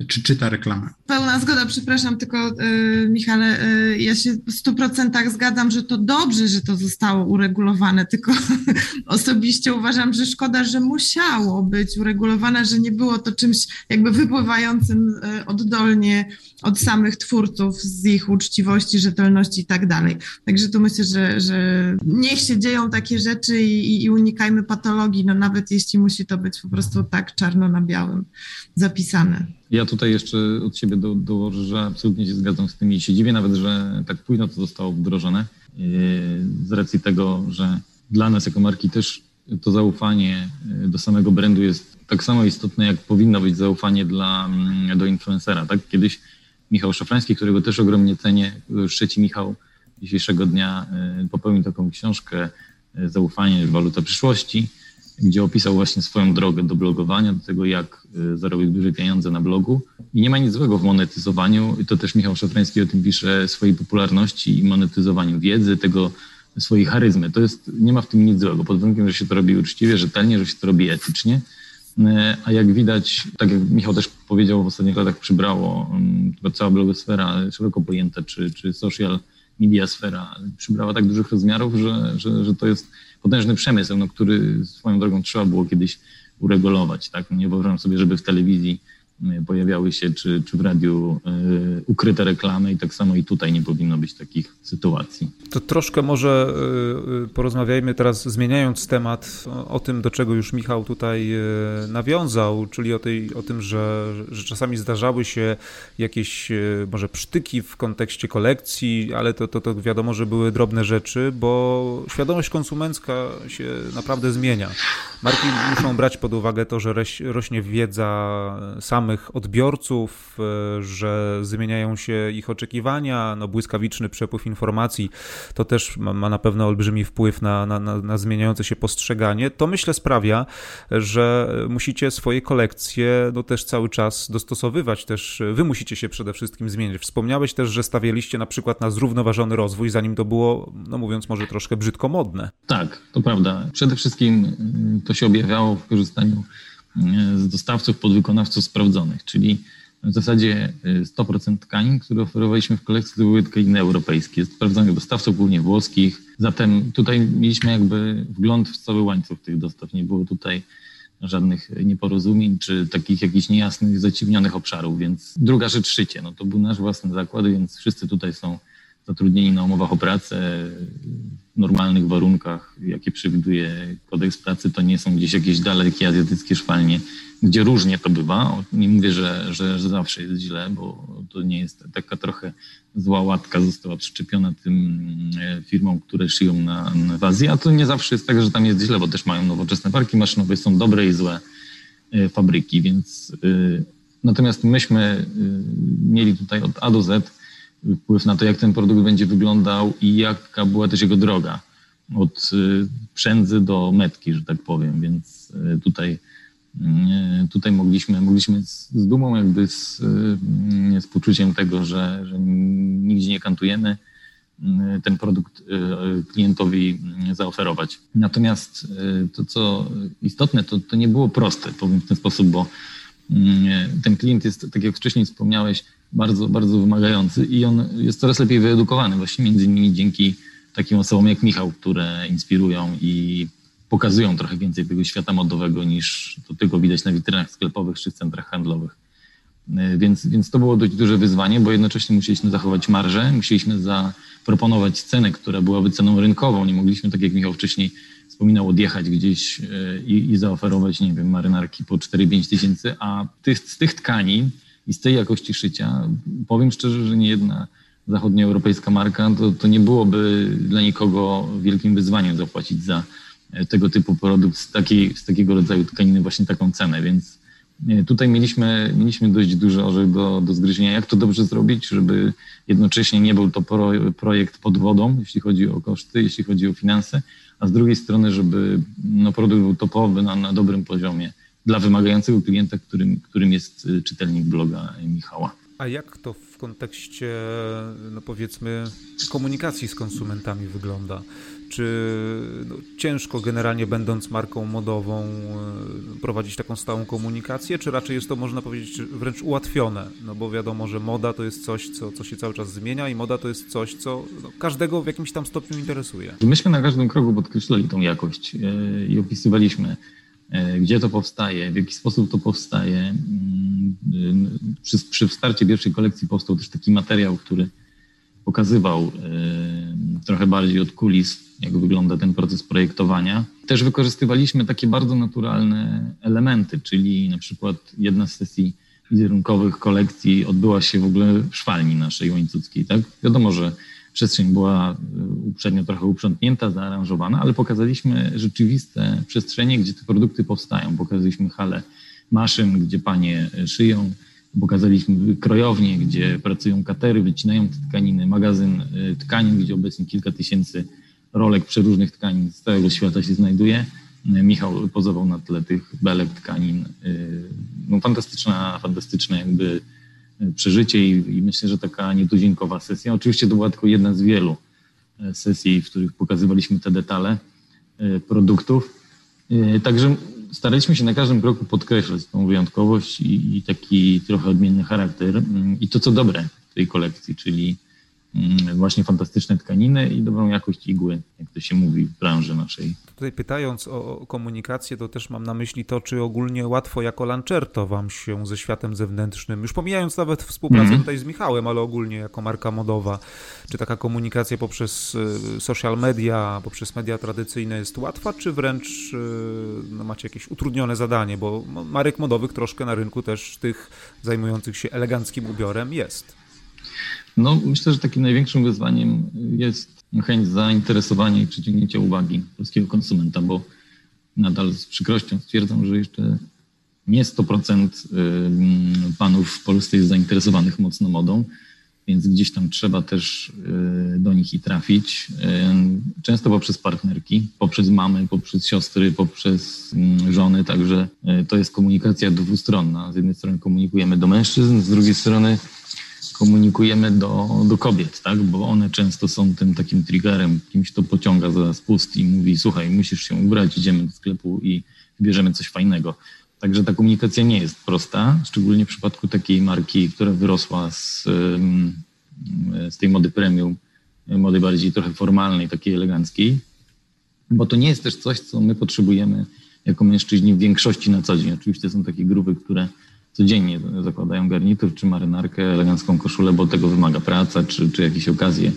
czy czyta reklamę. Pełna zgoda, przepraszam, tylko yy, Michale, yy, ja się w stu procentach zgadzam, że to dobrze, że to zostało uregulowane, tylko osobiście uważam, że szkoda, że musiało być uregulowane, że nie było to czymś jakby wypływającym yy, oddolnie od samych twórców z ich uczciwości, rzetelności i tak dalej. Także tu myślę, że, że niech się dzieją takie rzeczy i, i unikajmy patologii, no nawet jeśli musi to być po prostu tak czarno na białym zapisane. Ja tutaj jeszcze od siebie do, dołożę, że absolutnie się zgadzam z tym i się dziwię nawet, że tak późno to zostało wdrożone z racji tego, że dla nas jako marki też to zaufanie do samego brandu jest tak samo istotne, jak powinno być zaufanie dla, do influencera. Tak? Kiedyś Michał Szafrański, którego też ogromnie cenię, już trzeci Michał dzisiejszego dnia, popełnił taką książkę Zaufanie, waluta przyszłości, gdzie opisał właśnie swoją drogę do blogowania, do tego, jak zarobić duże pieniądze na blogu. I nie ma nic złego w monetyzowaniu, i to też Michał Szafrański o tym pisze, swojej popularności i monetyzowaniu wiedzy, tego swojej charyzmy. To jest, nie ma w tym nic złego, pod warunkiem, że się to robi uczciwie, rzetelnie, że się to robi etycznie. A jak widać, tak jak Michał też powiedział, w ostatnich latach przybrało, chyba cała blogosfera szeroko pojęta, czy, czy social media sfera przybrała tak dużych rozmiarów, że, że, że to jest potężny przemysł, no, który swoją drogą trzeba było kiedyś uregulować. Tak? Nie wyobrażam sobie, żeby w telewizji pojawiały się, czy, czy w radiu y, ukryte reklamy i tak samo i tutaj nie powinno być takich sytuacji. To troszkę może y, porozmawiajmy teraz, zmieniając temat, o, o tym, do czego już Michał tutaj y, nawiązał, czyli o, tej, o tym, że, że czasami zdarzały się jakieś y, może psztyki w kontekście kolekcji, ale to, to, to wiadomo, że były drobne rzeczy, bo świadomość konsumencka się naprawdę zmienia. Marki muszą brać pod uwagę to, że roś, rośnie wiedza samych odbiorców, że zmieniają się ich oczekiwania, no błyskawiczny przepływ informacji to też ma, ma na pewno olbrzymi wpływ na, na, na, na zmieniające się postrzeganie. To myślę sprawia, że musicie swoje kolekcje no też cały czas dostosowywać, też wy musicie się przede wszystkim zmieniać. Wspomniałeś też, że stawialiście na przykład na zrównoważony rozwój, zanim to było, no mówiąc może troszkę brzydko, modne. Tak, to prawda. Przede wszystkim to się objawiało w korzystaniu z dostawców, podwykonawców sprawdzonych, czyli w zasadzie sto procent tkanin, które oferowaliśmy w kolekcji, to były tkaniny europejskie, sprawdzonych dostawców, głównie włoskich. Zatem tutaj mieliśmy jakby wgląd w cały łańcuch tych dostaw. Nie było tutaj żadnych nieporozumień czy takich jakichś niejasnych, zaciwnionych obszarów. Więc druga rzecz, szycie. No to był nasz własny zakład, więc wszyscy tutaj są zatrudnieni na umowach o pracę, w normalnych warunkach, jakie przewiduje kodeks pracy. To nie są gdzieś jakieś dalekie azjatyckie szwalnie, gdzie różnie to bywa. Nie mówię, że, że, że zawsze jest źle, bo to nie jest taka trochę zła łatka została przyczepiona tym firmom, które szyją na, na w Azji, a to nie zawsze jest tak, że tam jest źle, bo też mają nowoczesne parki maszynowe, są dobre i złe fabryki, więc yy, natomiast myśmy yy, mieli tutaj od A do Z wpływ na to, jak ten produkt będzie wyglądał i jaka była też jego droga od przędzy do metki, że tak powiem, więc tutaj, tutaj mogliśmy, mogliśmy z, z dumą, jakby z, z poczuciem tego, że, że nigdzie nie kantujemy, ten produkt klientowi zaoferować. Natomiast to, co istotne, to, to nie było proste, powiem w ten sposób, bo ten klient jest, tak jak wcześniej wspomniałeś, bardzo, bardzo wymagający i on jest coraz lepiej wyedukowany, właśnie między innymi dzięki takim osobom jak Michał, które inspirują i pokazują trochę więcej tego świata modowego niż to tylko widać na witrynach sklepowych czy w centrach handlowych. Więc, więc to było dość duże wyzwanie, bo jednocześnie musieliśmy zachować marżę, musieliśmy zaproponować cenę, która byłaby ceną rynkową. Nie mogliśmy, tak jak Michał wcześniej wspominał, odjechać gdzieś i, i zaoferować, nie wiem, marynarki po cztery pięć tysięcy, a tych, z tych tkanin i z tej jakości szycia, powiem szczerze, że nie jedna zachodnioeuropejska marka, to, to nie byłoby dla nikogo wielkim wyzwaniem zapłacić za tego typu produkt z, takiej, z takiego rodzaju tkaniny właśnie taką cenę, więc tutaj mieliśmy, mieliśmy dość duży orzech do, do zgryzienia, jak to dobrze zrobić, żeby jednocześnie nie był to pro, projekt pod wodą, jeśli chodzi o koszty, jeśli chodzi o finanse, a z drugiej strony, żeby no, produkt był topowy na, na dobrym poziomie dla wymagającego klienta, którym, którym jest czytelnik bloga Michała. A jak to w kontekście, no powiedzmy, komunikacji z konsumentami wygląda? Czy no, ciężko generalnie będąc marką modową prowadzić taką stałą komunikację, czy raczej jest to, można powiedzieć, wręcz ułatwione? No bo wiadomo, że moda to jest coś, co, co się cały czas zmienia i moda to jest coś, co no, każdego w jakimś tam stopniu interesuje. Myśmy na każdym kroku podkreślali tą jakość i opisywaliśmy, gdzie to powstaje, w jaki sposób to powstaje. Przy, przy starcie pierwszej kolekcji powstał też taki materiał, który pokazywał trochę bardziej od kulis, jak wygląda ten proces projektowania. Też wykorzystywaliśmy takie bardzo naturalne elementy, czyli na przykład jedna z sesji wizerunkowych kolekcji odbyła się w ogóle w szwalni naszej łańcuckiej. Tak? Wiadomo, że przestrzeń była uprzednio trochę uprzątnięta, zaaranżowana, ale pokazaliśmy rzeczywiste przestrzenie, gdzie te produkty powstają. Pokazaliśmy halę maszyn, gdzie panie szyją. Pokazaliśmy krojownię, gdzie pracują katery, wycinają te tkaniny, magazyn tkanin, gdzie obecnie kilka tysięcy rolek przeróżnych tkanin z całego świata się znajduje. Michał pozował na tle tych belek tkanin. No, fantastyczna, fantastyczne jakby przeżycie i, i myślę, że taka nietuzinkowa sesja. Oczywiście to była tylko jedna z wielu sesji, w których pokazywaliśmy te detale produktów. Także staraliśmy się na każdym kroku podkreślać tą wyjątkowość i, i taki trochę odmienny charakter i to, co dobre w tej kolekcji, czyli właśnie fantastyczne tkaniny i dobrą jakość igły, jak to się mówi w branży naszej. Tutaj pytając o komunikację, to też mam na myśli to, czy ogólnie łatwo jako Lancerto wam się ze światem zewnętrznym, już pomijając nawet współpracę mm-hmm. tutaj z Michałem, ale ogólnie jako marka modowa, czy taka komunikacja poprzez social media, poprzez media tradycyjne jest łatwa, czy wręcz no, macie jakieś utrudnione zadanie, bo marek modowych troszkę na rynku też tych zajmujących się eleganckim ubiorem jest. No, myślę, że takim największym wyzwaniem jest chęć zainteresowania i przyciągnięcia uwagi polskiego konsumenta, bo nadal z przykrością stwierdzam, że jeszcze nie sto procent panów w Polsce jest zainteresowanych mocno modą, więc gdzieś tam trzeba też do nich i trafić. Często poprzez partnerki, poprzez mamy, poprzez siostry, poprzez żony, także to jest komunikacja dwustronna. Z jednej strony komunikujemy do mężczyzn, z drugiej strony komunikujemy do, do kobiet, tak? Bo one często są tym takim triggerem, kimś to pociąga za spust i mówi, słuchaj, musisz się ubrać, idziemy do sklepu i wybierzemy coś fajnego. Także ta komunikacja nie jest prosta, szczególnie w przypadku takiej marki, która wyrosła z, z tej mody premium, mody bardziej trochę formalnej, takiej eleganckiej, bo to nie jest też coś, co my potrzebujemy jako mężczyźni w większości na co dzień. Oczywiście są takie grupy, które codziennie zakładają garnitur czy marynarkę, elegancką koszulę, bo tego wymaga praca czy, czy jakieś okazje,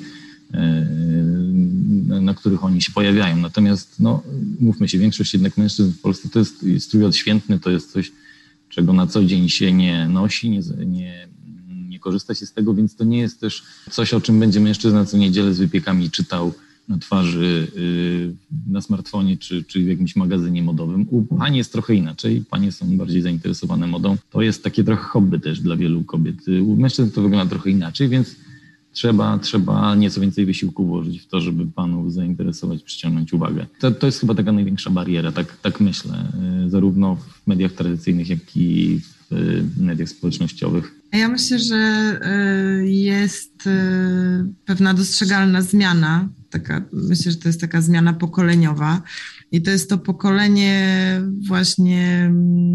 na których oni się pojawiają. Natomiast, no, mówmy się, większość jednak mężczyzn w Polsce to jest strój odświętny, to jest coś, czego na co dzień się nie nosi, nie, nie, nie korzysta się z tego, więc to nie jest też coś, o czym będzie mężczyzna co niedzielę z wypiekami czytał na twarzy, na smartfonie czy, czy w jakimś magazynie modowym. U pań jest trochę inaczej. Panie są bardziej zainteresowane modą. To jest takie trochę hobby też dla wielu kobiet. U mężczyzn to wygląda trochę inaczej, więc trzeba, trzeba nieco więcej wysiłku włożyć w to, żeby panów zainteresować, przyciągnąć uwagę. To, to jest chyba taka największa bariera, tak, tak myślę, zarówno w mediach tradycyjnych, jak i w mediach społecznościowych. Ja myślę, że jest pewna dostrzegalna zmiana. Taka, myślę, że to jest taka zmiana pokoleniowa i to jest to pokolenie właśnie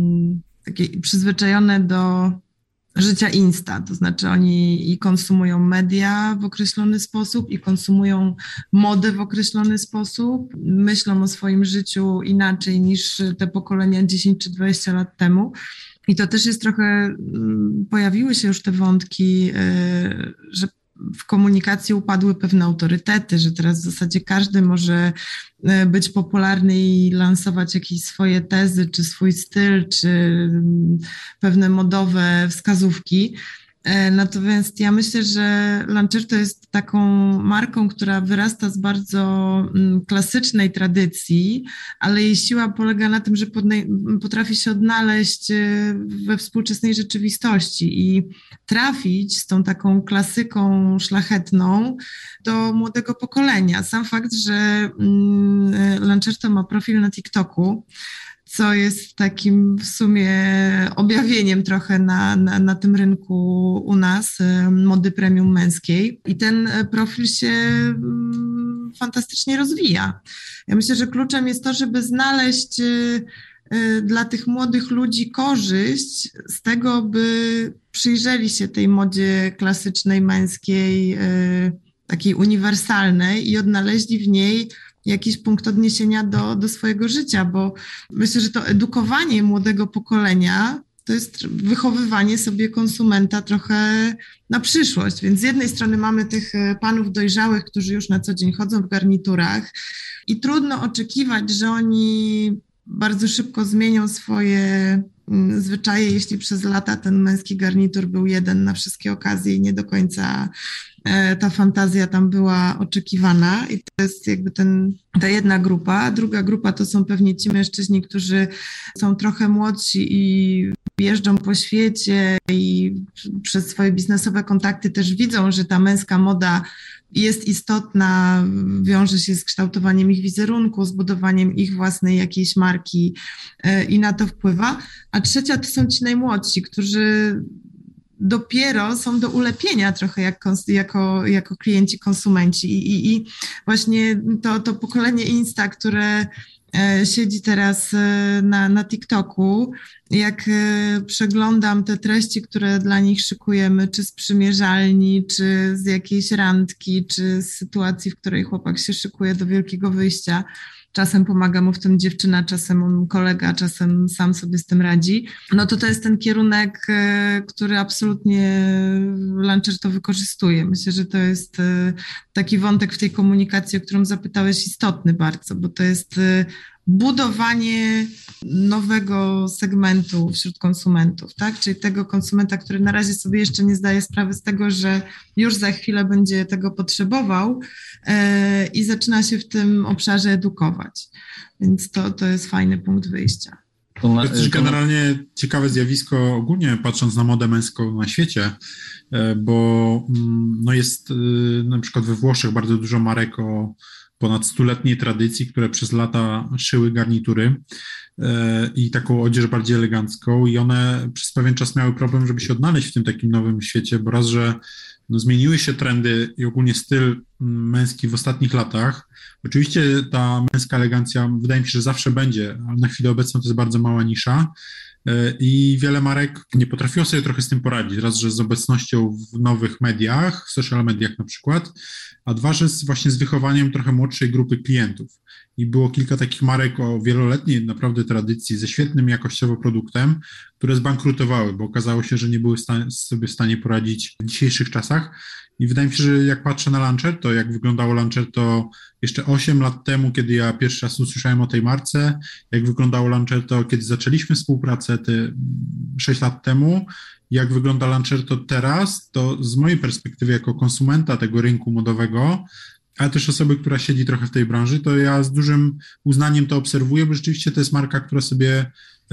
takie przyzwyczajone do życia insta, to znaczy oni i konsumują media w określony sposób i konsumują modę w określony sposób, myślą o swoim życiu inaczej niż te pokolenia dziesięć czy dwadzieścia lat temu. I to też jest trochę, pojawiły się już te wątki, że w komunikacji upadły pewne autorytety, że teraz w zasadzie każdy może być popularny i lansować jakieś swoje tezy, czy swój styl, czy pewne modowe wskazówki. Natomiast ja myślę, że Lancerto jest taką marką, która wyrasta z bardzo klasycznej tradycji, ale jej siła polega na tym, że potrafi się odnaleźć we współczesnej rzeczywistości i trafić z tą taką klasyką szlachetną do młodego pokolenia. Sam fakt, że Lancerto ma profil na TikToku, co jest takim w sumie objawieniem trochę na, na, na tym rynku u nas, mody premium męskiej. I ten profil się fantastycznie rozwija. Ja myślę, że kluczem jest to, żeby znaleźć dla tych młodych ludzi korzyść z tego, by przyjrzeli się tej modzie klasycznej, męskiej, takiej uniwersalnej i odnaleźli w niej jakiś punkt odniesienia do, do swojego życia, bo myślę, że to edukowanie młodego pokolenia to jest wychowywanie sobie konsumenta trochę na przyszłość. Więc z jednej strony mamy tych panów dojrzałych, którzy już na co dzień chodzą w garniturach i trudno oczekiwać, że oni bardzo szybko zmienią swoje zwyczaje, jeśli przez lata ten męski garnitur był jeden na wszystkie okazje i nie do końca ta fantazja tam była oczekiwana. I to jest jakby ten, ta jedna grupa. Druga grupa to są pewnie ci mężczyźni, którzy są trochę młodsi i jeżdżą po świecie i przez swoje biznesowe kontakty też widzą, że ta męska moda jest istotna, wiąże się z kształtowaniem ich wizerunku, z budowaniem ich własnej jakiejś marki i na to wpływa. A trzecia to są ci najmłodsi, którzy dopiero są do ulepienia trochę jak, jako, jako klienci, konsumenci. I, i, i właśnie to, to pokolenie Insta, które siedzi teraz na, na TikToku, jak przeglądam te treści, które dla nich szykujemy, czy z przymierzalni, czy z jakiejś randki, czy z sytuacji, w której chłopak się szykuje do wielkiego wyjścia. Czasem pomaga mu w tym dziewczyna, czasem on kolega, czasem sam sobie z tym radzi. No to to jest ten kierunek, który absolutnie Launcher to wykorzystuje. Myślę, że to jest taki wątek w tej komunikacji, o którą zapytałeś, istotny bardzo, bo to jest budowanie nowego segmentu wśród konsumentów, tak? Czyli tego konsumenta, który na razie sobie jeszcze nie zdaje sprawy z tego, że już za chwilę będzie tego potrzebował e, i zaczyna się w tym obszarze edukować. Więc to, to jest fajny punkt wyjścia. To jest też generalnie ciekawe zjawisko ogólnie, patrząc na modę męską na świecie, bo no jest na przykład we Włoszech bardzo dużo marek o ponad stuletniej tradycji, które przez lata szyły garnitury i taką odzież bardziej elegancką i one przez pewien czas miały problem, żeby się odnaleźć w tym takim nowym świecie, bo raz, że no zmieniły się trendy i ogólnie styl męski w ostatnich latach. Oczywiście ta męska elegancja wydaje mi się, że zawsze będzie, ale na chwilę obecną to jest bardzo mała nisza i wiele marek nie potrafiło sobie trochę z tym poradzić. Raz, że z obecnością w nowych mediach, w social mediach na przykład, a dwa, że z, właśnie z wychowaniem trochę młodszej grupy klientów. I było kilka takich marek o wieloletniej naprawdę tradycji ze świetnym jakościowo produktem, które zbankrutowały, bo okazało się, że nie były sta- sobie w stanie poradzić w dzisiejszych czasach. I wydaje mi się, że jak patrzę na Launcher, to jak wyglądało Launcher to jeszcze osiem lat temu, kiedy ja pierwszy raz usłyszałem o tej marce, jak wyglądało Launcher to kiedy zaczęliśmy współpracę te sześć lat temu, jak wygląda Launcher to teraz, to z mojej perspektywy jako konsumenta tego rynku modowego, ale też osoby, która siedzi trochę w tej branży, to ja z dużym uznaniem to obserwuję, bo rzeczywiście to jest marka, która sobie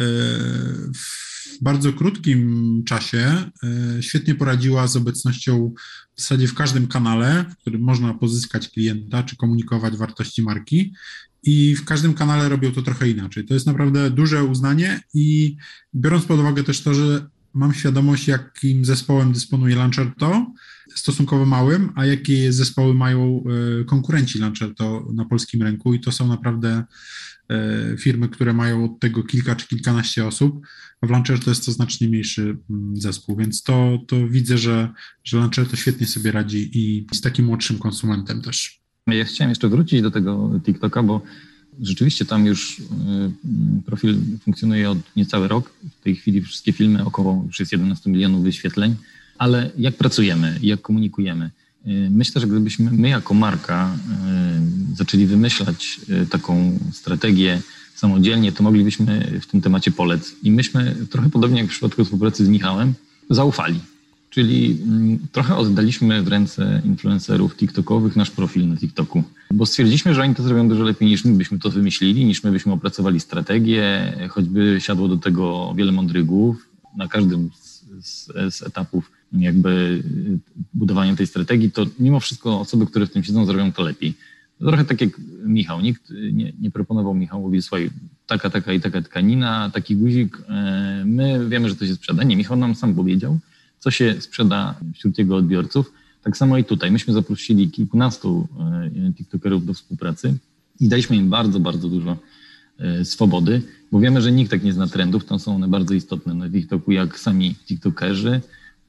w bardzo krótkim czasie świetnie poradziła z obecnością w zasadzie w każdym kanale, w którym można pozyskać klienta czy komunikować wartości marki i w każdym kanale robią to trochę inaczej. To jest naprawdę duże uznanie i biorąc pod uwagę też to, że mam świadomość, jakim zespołem dysponuje Lancerto, stosunkowo małym, a jakie zespoły mają konkurenci Lancerto na polskim rynku i to są naprawdę firmy, które mają od tego kilka czy kilkanaście osób, a w Lancerto jest to znacznie mniejszy zespół, więc to, to widzę, że, że Lancerto świetnie sobie radzi i z takim młodszym konsumentem też. Ja chciałem jeszcze wrócić do tego TikToka, bo rzeczywiście tam już profil funkcjonuje od niecały rok. W tej chwili wszystkie filmy około już jest jedenaście milionów wyświetleń, ale jak pracujemy, jak komunikujemy? Myślę, że gdybyśmy my jako marka zaczęli wymyślać taką strategię samodzielnie, to moglibyśmy w tym temacie polec. I myśmy trochę podobnie jak w przypadku współpracy z Michałem zaufali. Czyli trochę oddaliśmy w ręce influencerów tiktokowych nasz profil na TikToku, bo stwierdziliśmy, że oni to zrobią dużo lepiej niż my byśmy to wymyślili, niż my byśmy opracowali strategię, choćby siadło do tego wiele mądrych głów na każdym z, z, z etapów jakby budowania tej strategii, to mimo wszystko osoby, które w tym siedzą, zrobią to lepiej. Trochę tak jak Michał. Nikt nie, nie proponował Michałowi, słuchaj, taka, taka i taka tkanina, taki guzik, my wiemy, że to się sprzeda. Nie, Michał nam sam powiedział, co się sprzeda wśród jego odbiorców. Tak samo i tutaj. Myśmy zaprosili kilkunastu TikTokerów do współpracy i daliśmy im bardzo, bardzo dużo swobody, bo wiemy, że nikt tak nie zna trendów, tam są one bardzo istotne na TikToku, jak sami TikTokerzy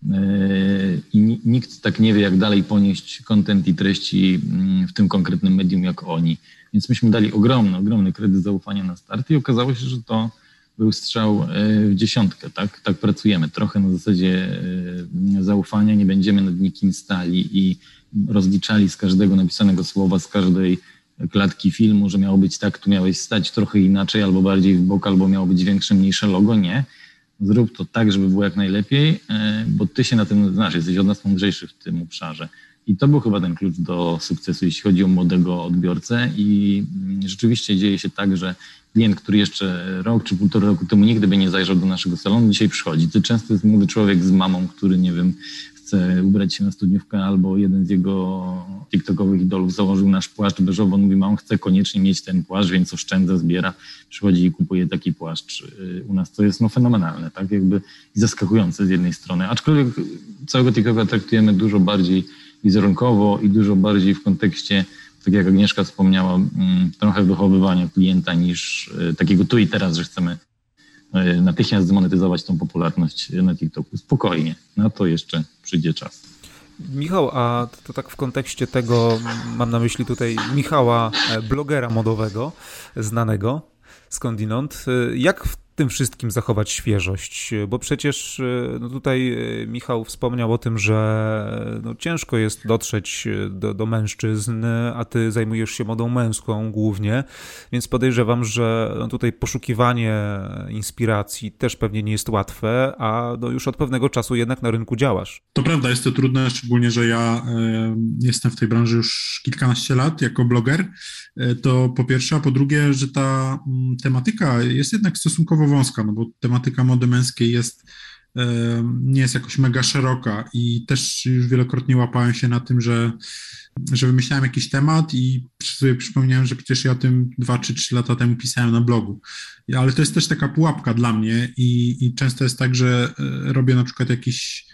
i nikt tak nie wie, jak dalej ponieść content i treści w tym konkretnym medium, jak oni. Więc myśmy dali ogromny, ogromny kredyt zaufania na start i okazało się, że to był strzał w dziesiątkę, tak? Tak pracujemy. Trochę na zasadzie zaufania, nie będziemy nad nikim stali i rozliczali z każdego napisanego słowa, z każdej klatki filmu, że miało być tak, tu miałeś stać trochę inaczej, albo bardziej w bok, albo miało być większe, mniejsze logo. Nie. Zrób to tak, żeby było jak najlepiej, bo ty się na tym znasz, jesteś od nas mądrzejszy w tym obszarze. I to był chyba ten klucz do sukcesu, jeśli chodzi o młodego odbiorcę i rzeczywiście dzieje się tak, że klient, który jeszcze rok czy półtora roku temu nigdy by nie zajrzał do naszego salonu, dzisiaj przychodzi. To często jest młody człowiek z mamą, który, nie wiem, chce ubrać się na studniówkę, albo jeden z jego tiktokowych idolów założył nasz płaszcz beżowy, on mówi, mam, chcę koniecznie mieć ten płaszcz, więc oszczędza, zbiera, przychodzi i kupuje taki płaszcz u nas. To jest no fenomenalne, tak, jakby i zaskakujące z jednej strony, aczkolwiek całego TikToka traktujemy dużo bardziej wizerunkowo i dużo bardziej w kontekście, tak jak Agnieszka wspomniała, trochę wychowywania klienta niż takiego tu i teraz, że chcemy natychmiast zmonetyzować tą popularność na TikToku. Spokojnie, na to jeszcze przyjdzie czas. Michał, a to tak w kontekście tego, mam na myśli tutaj Michała, blogera modowego, znanego skądinąd. Jak w tym wszystkim zachować świeżość? Bo przecież no tutaj Michał wspomniał o tym, że no ciężko jest dotrzeć do, do mężczyzn, a ty zajmujesz się modą męską głównie, więc podejrzewam, że no tutaj poszukiwanie inspiracji też pewnie nie jest łatwe, a no już od pewnego czasu jednak na rynku działasz. To prawda, jest to trudne, szczególnie, że ja y, jestem w tej branży już kilkanaście lat jako bloger, y, to po pierwsze, a po drugie, że ta y, tematyka jest jednak stosunkowo wąska, no bo tematyka mody męskiej jest, nie jest jakoś mega szeroka i też już wielokrotnie łapałem się na tym, że, że wymyślałem jakiś temat i sobie przypomniałem, że przecież ja o tym dwa czy trzy lata temu pisałem na blogu. Ale to jest też taka pułapka dla mnie i, i często jest tak, że robię na przykład jakiś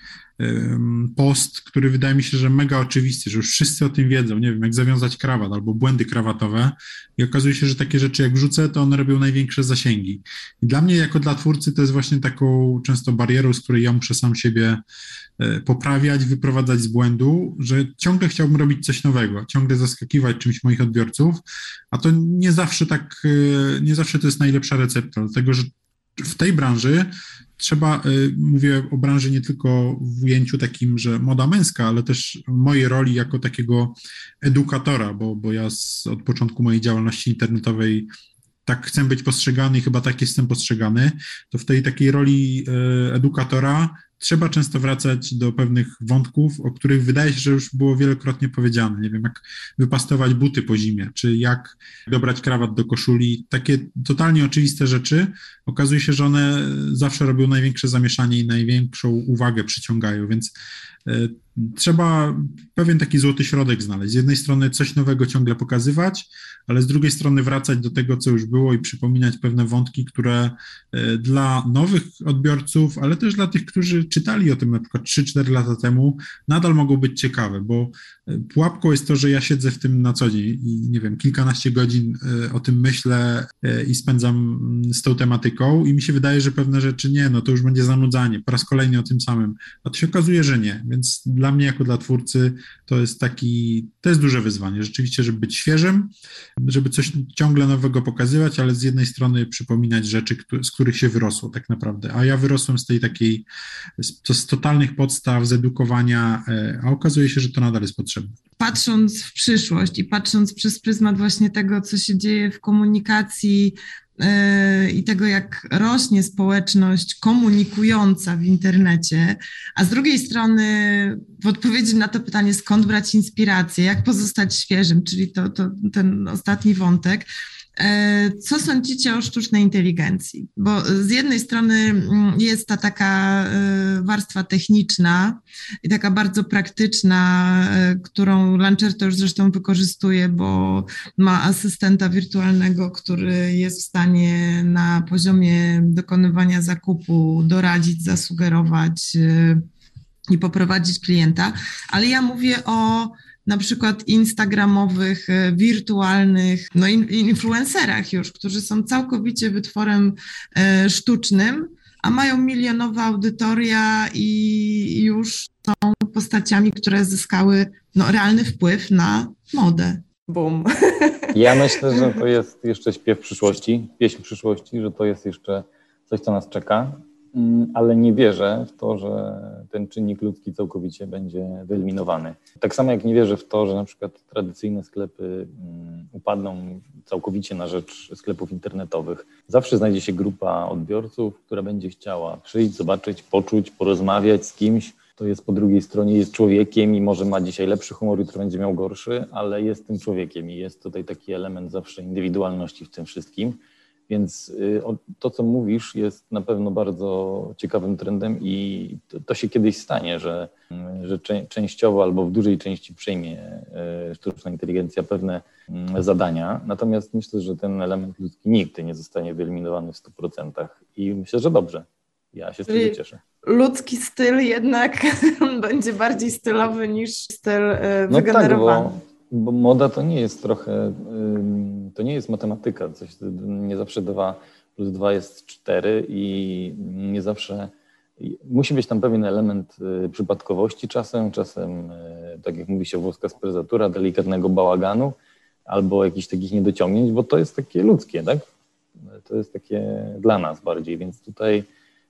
post, który wydaje mi się, że mega oczywisty, że już wszyscy o tym wiedzą, nie wiem, jak zawiązać krawat albo błędy krawatowe i okazuje się, że takie rzeczy jak wrzucę, to one robią największe zasięgi. I dla mnie jako dla twórcy to jest właśnie taką często barierą, z której ja muszę sam siebie poprawiać, wyprowadzać z błędu, że ciągle chciałbym robić coś nowego, ciągle zaskakiwać czymś moich odbiorców, a to nie zawsze tak, nie zawsze to jest najlepsza recepta, dlatego że w tej branży trzeba, mówię o branży nie tylko w ujęciu takim, że moda męska, ale też mojej roli jako takiego edukatora, bo, bo ja z, od początku mojej działalności internetowej tak chcę być postrzegany i chyba tak jestem postrzegany, to w tej takiej roli edukatora trzeba często wracać do pewnych wątków, o których wydaje się, że już było wielokrotnie powiedziane. Nie wiem, jak wypastować buty po zimie, czy jak dobrać krawat do koszuli. Takie totalnie oczywiste rzeczy. Okazuje się, że one zawsze robią największe zamieszanie i największą uwagę przyciągają, więc y, trzeba pewien taki złoty środek znaleźć. Z jednej strony coś nowego ciągle pokazywać, ale z drugiej strony wracać do tego, co już było i przypominać pewne wątki, które y, dla nowych odbiorców, ale też dla tych, którzy czytali o tym na przykład trzy cztery lata temu, nadal mogą być ciekawe, bo pułapką jest to, że ja siedzę w tym na co dzień i nie wiem, kilkanaście godzin o tym myślę i spędzam z tą tematyką i mi się wydaje, że pewne rzeczy nie, no to już będzie zanudzanie, po raz kolejny o tym samym, a to się okazuje, że nie, więc dla mnie jako dla twórcy to jest taki, to jest duże wyzwanie, rzeczywiście, żeby być świeżym, żeby coś ciągle nowego pokazywać, ale z jednej strony przypominać rzeczy, z których się wyrosło tak naprawdę, a ja wyrosłem z tej takiej, z, z totalnych podstaw, z edukowania, a okazuje się, że to nadal jest potrzebne. Patrząc w przyszłość i patrząc przez pryzmat właśnie tego, co się dzieje w komunikacji yy, i tego, jak rośnie społeczność komunikująca w internecie, a z drugiej strony w odpowiedzi na to pytanie, skąd brać inspirację, jak pozostać świeżym, czyli to, to ten ostatni wątek, co sądzicie o sztucznej inteligencji? Bo z jednej strony jest ta taka warstwa techniczna i taka bardzo praktyczna, którą Lancerto już zresztą wykorzystuje, bo ma asystenta wirtualnego, który jest w stanie na poziomie dokonywania zakupu doradzić, zasugerować i poprowadzić klienta, ale ja mówię o na przykład instagramowych, wirtualnych, no influencerach już, którzy są całkowicie wytworem sztucznym, a mają milionowe audytoria i już są postaciami, które zyskały no, realny wpływ na modę. Boom. Ja myślę, że to jest jeszcze śpiew przyszłości, pieśń przyszłości, że to jest jeszcze coś, co nas czeka, ale nie wierzę w to, że ten czynnik ludzki całkowicie będzie wyeliminowany. Tak samo jak nie wierzę w to, że na przykład tradycyjne sklepy upadną całkowicie na rzecz sklepów internetowych. Zawsze znajdzie się grupa odbiorców, która będzie chciała przyjść, zobaczyć, poczuć, porozmawiać z kimś, kto jest po drugiej stronie, jest człowiekiem i może ma dzisiaj lepszy humor, jutro będzie miał gorszy, ale jest tym człowiekiem i jest tutaj taki element zawsze indywidualności w tym wszystkim. Więc to, co mówisz, jest na pewno bardzo ciekawym trendem i to, to się kiedyś stanie, że, że częściowo albo w dużej części przejmie sztuczna inteligencja pewne zadania. Natomiast myślę, że ten element ludzki nigdy nie zostanie wyeliminowany w stu procentach i myślę, że dobrze. Ja się z tego cieszę. Ludzki styl jednak będzie bardziej stylowy niż styl wygenerowany. No tak, bo, bo moda to nie jest trochę, to nie jest matematyka. Coś, nie zawsze dwa plus dwa jest cztery i nie zawsze musi być tam pewien element przypadkowości czasem, czasem, tak jak mówi się włoska sprezatura, delikatnego bałaganu albo jakichś takich niedociągnięć, bo to jest takie ludzkie, tak? To jest takie dla nas bardziej, więc tutaj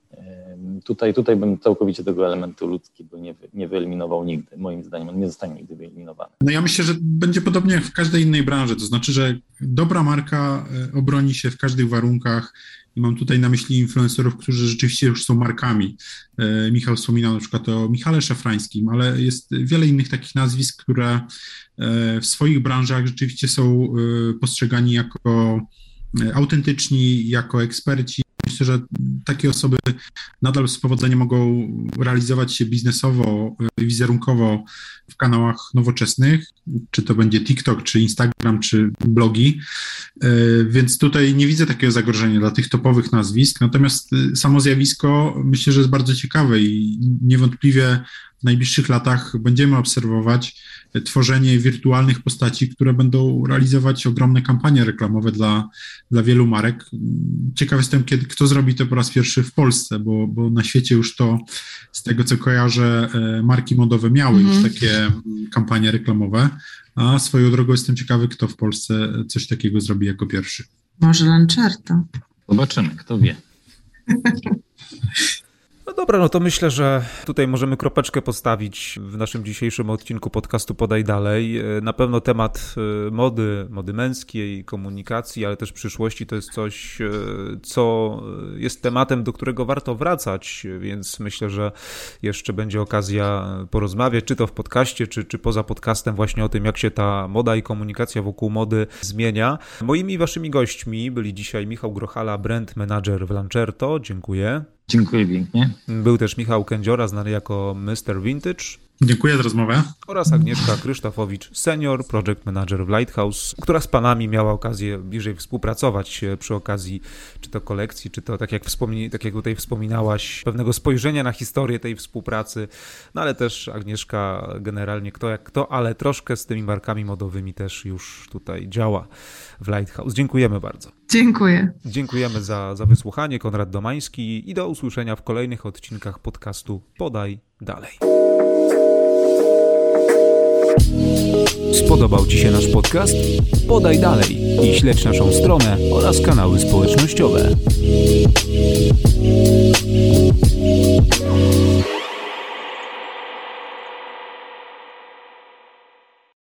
Tutaj, tutaj bym całkowicie tego elementu ludzkiego nie, nie wyeliminował nigdy. Moim zdaniem on nie zostanie nigdy wyeliminowany. No ja myślę, że będzie podobnie jak w każdej innej branży. To znaczy, że dobra marka obroni się w każdych warunkach i mam tutaj na myśli influencerów, którzy rzeczywiście już są markami. Michał wspominał na przykład o Michale Szafrańskim, ale jest wiele innych takich nazwisk, które w swoich branżach rzeczywiście są postrzegani jako autentyczni, jako eksperci. Myślę, że takie osoby nadal z powodzeniem mogą realizować się biznesowo, wizerunkowo w kanałach nowoczesnych, czy to będzie TikTok, czy Instagram, czy blogi, więc tutaj nie widzę takiego zagrożenia dla tych topowych nazwisk, natomiast samo zjawisko myślę, że jest bardzo ciekawe i niewątpliwie w najbliższych latach będziemy obserwować tworzenie wirtualnych postaci, które będą realizować ogromne kampanie reklamowe dla, dla wielu marek. Ciekaw jestem, kiedy, kto zrobi to po raz pierwszy w Polsce, bo, bo na świecie już to, z tego co kojarzę, marki modowe miały mm. już takie kampanie reklamowe, a swoją drogą jestem ciekawy, kto w Polsce coś takiego zrobi jako pierwszy. Może Lancerto. Zobaczymy, kto wie. No dobra, no to myślę, że tutaj możemy kropeczkę postawić w naszym dzisiejszym odcinku podcastu Podaj Dalej. Na pewno temat mody, mody męskiej, komunikacji, ale też przyszłości to jest coś, co jest tematem, do którego warto wracać, więc myślę, że jeszcze będzie okazja porozmawiać, czy to w podcaście, czy, czy poza podcastem właśnie o tym, jak się ta moda i komunikacja wokół mody zmienia. Moimi waszymi gośćmi byli dzisiaj Michał Grochala, brand manager w Lancerto. Dziękuję. Dziękuję pięknie. Był też Michał Kędziora, znany jako mister Vintage. Dziękuję za rozmowę. Oraz Agnieszka Krzysztofowicz, senior project manager w Lighthouse, która z panami miała okazję bliżej współpracować przy okazji czy to kolekcji, czy to tak jak, wspomni- tak jak tutaj wspominałaś, pewnego spojrzenia na historię tej współpracy, no ale też Agnieszka generalnie kto jak kto, ale troszkę z tymi markami modowymi też już tutaj działa w Lighthouse. Dziękujemy bardzo. Dziękuję. Dziękujemy za, za wysłuchanie. Konrad Domański i do usłyszenia w kolejnych odcinkach podcastu Podaj Dalej. Spodobał Ci się nasz podcast? Podaj dalej i śledź naszą stronę oraz kanały społecznościowe.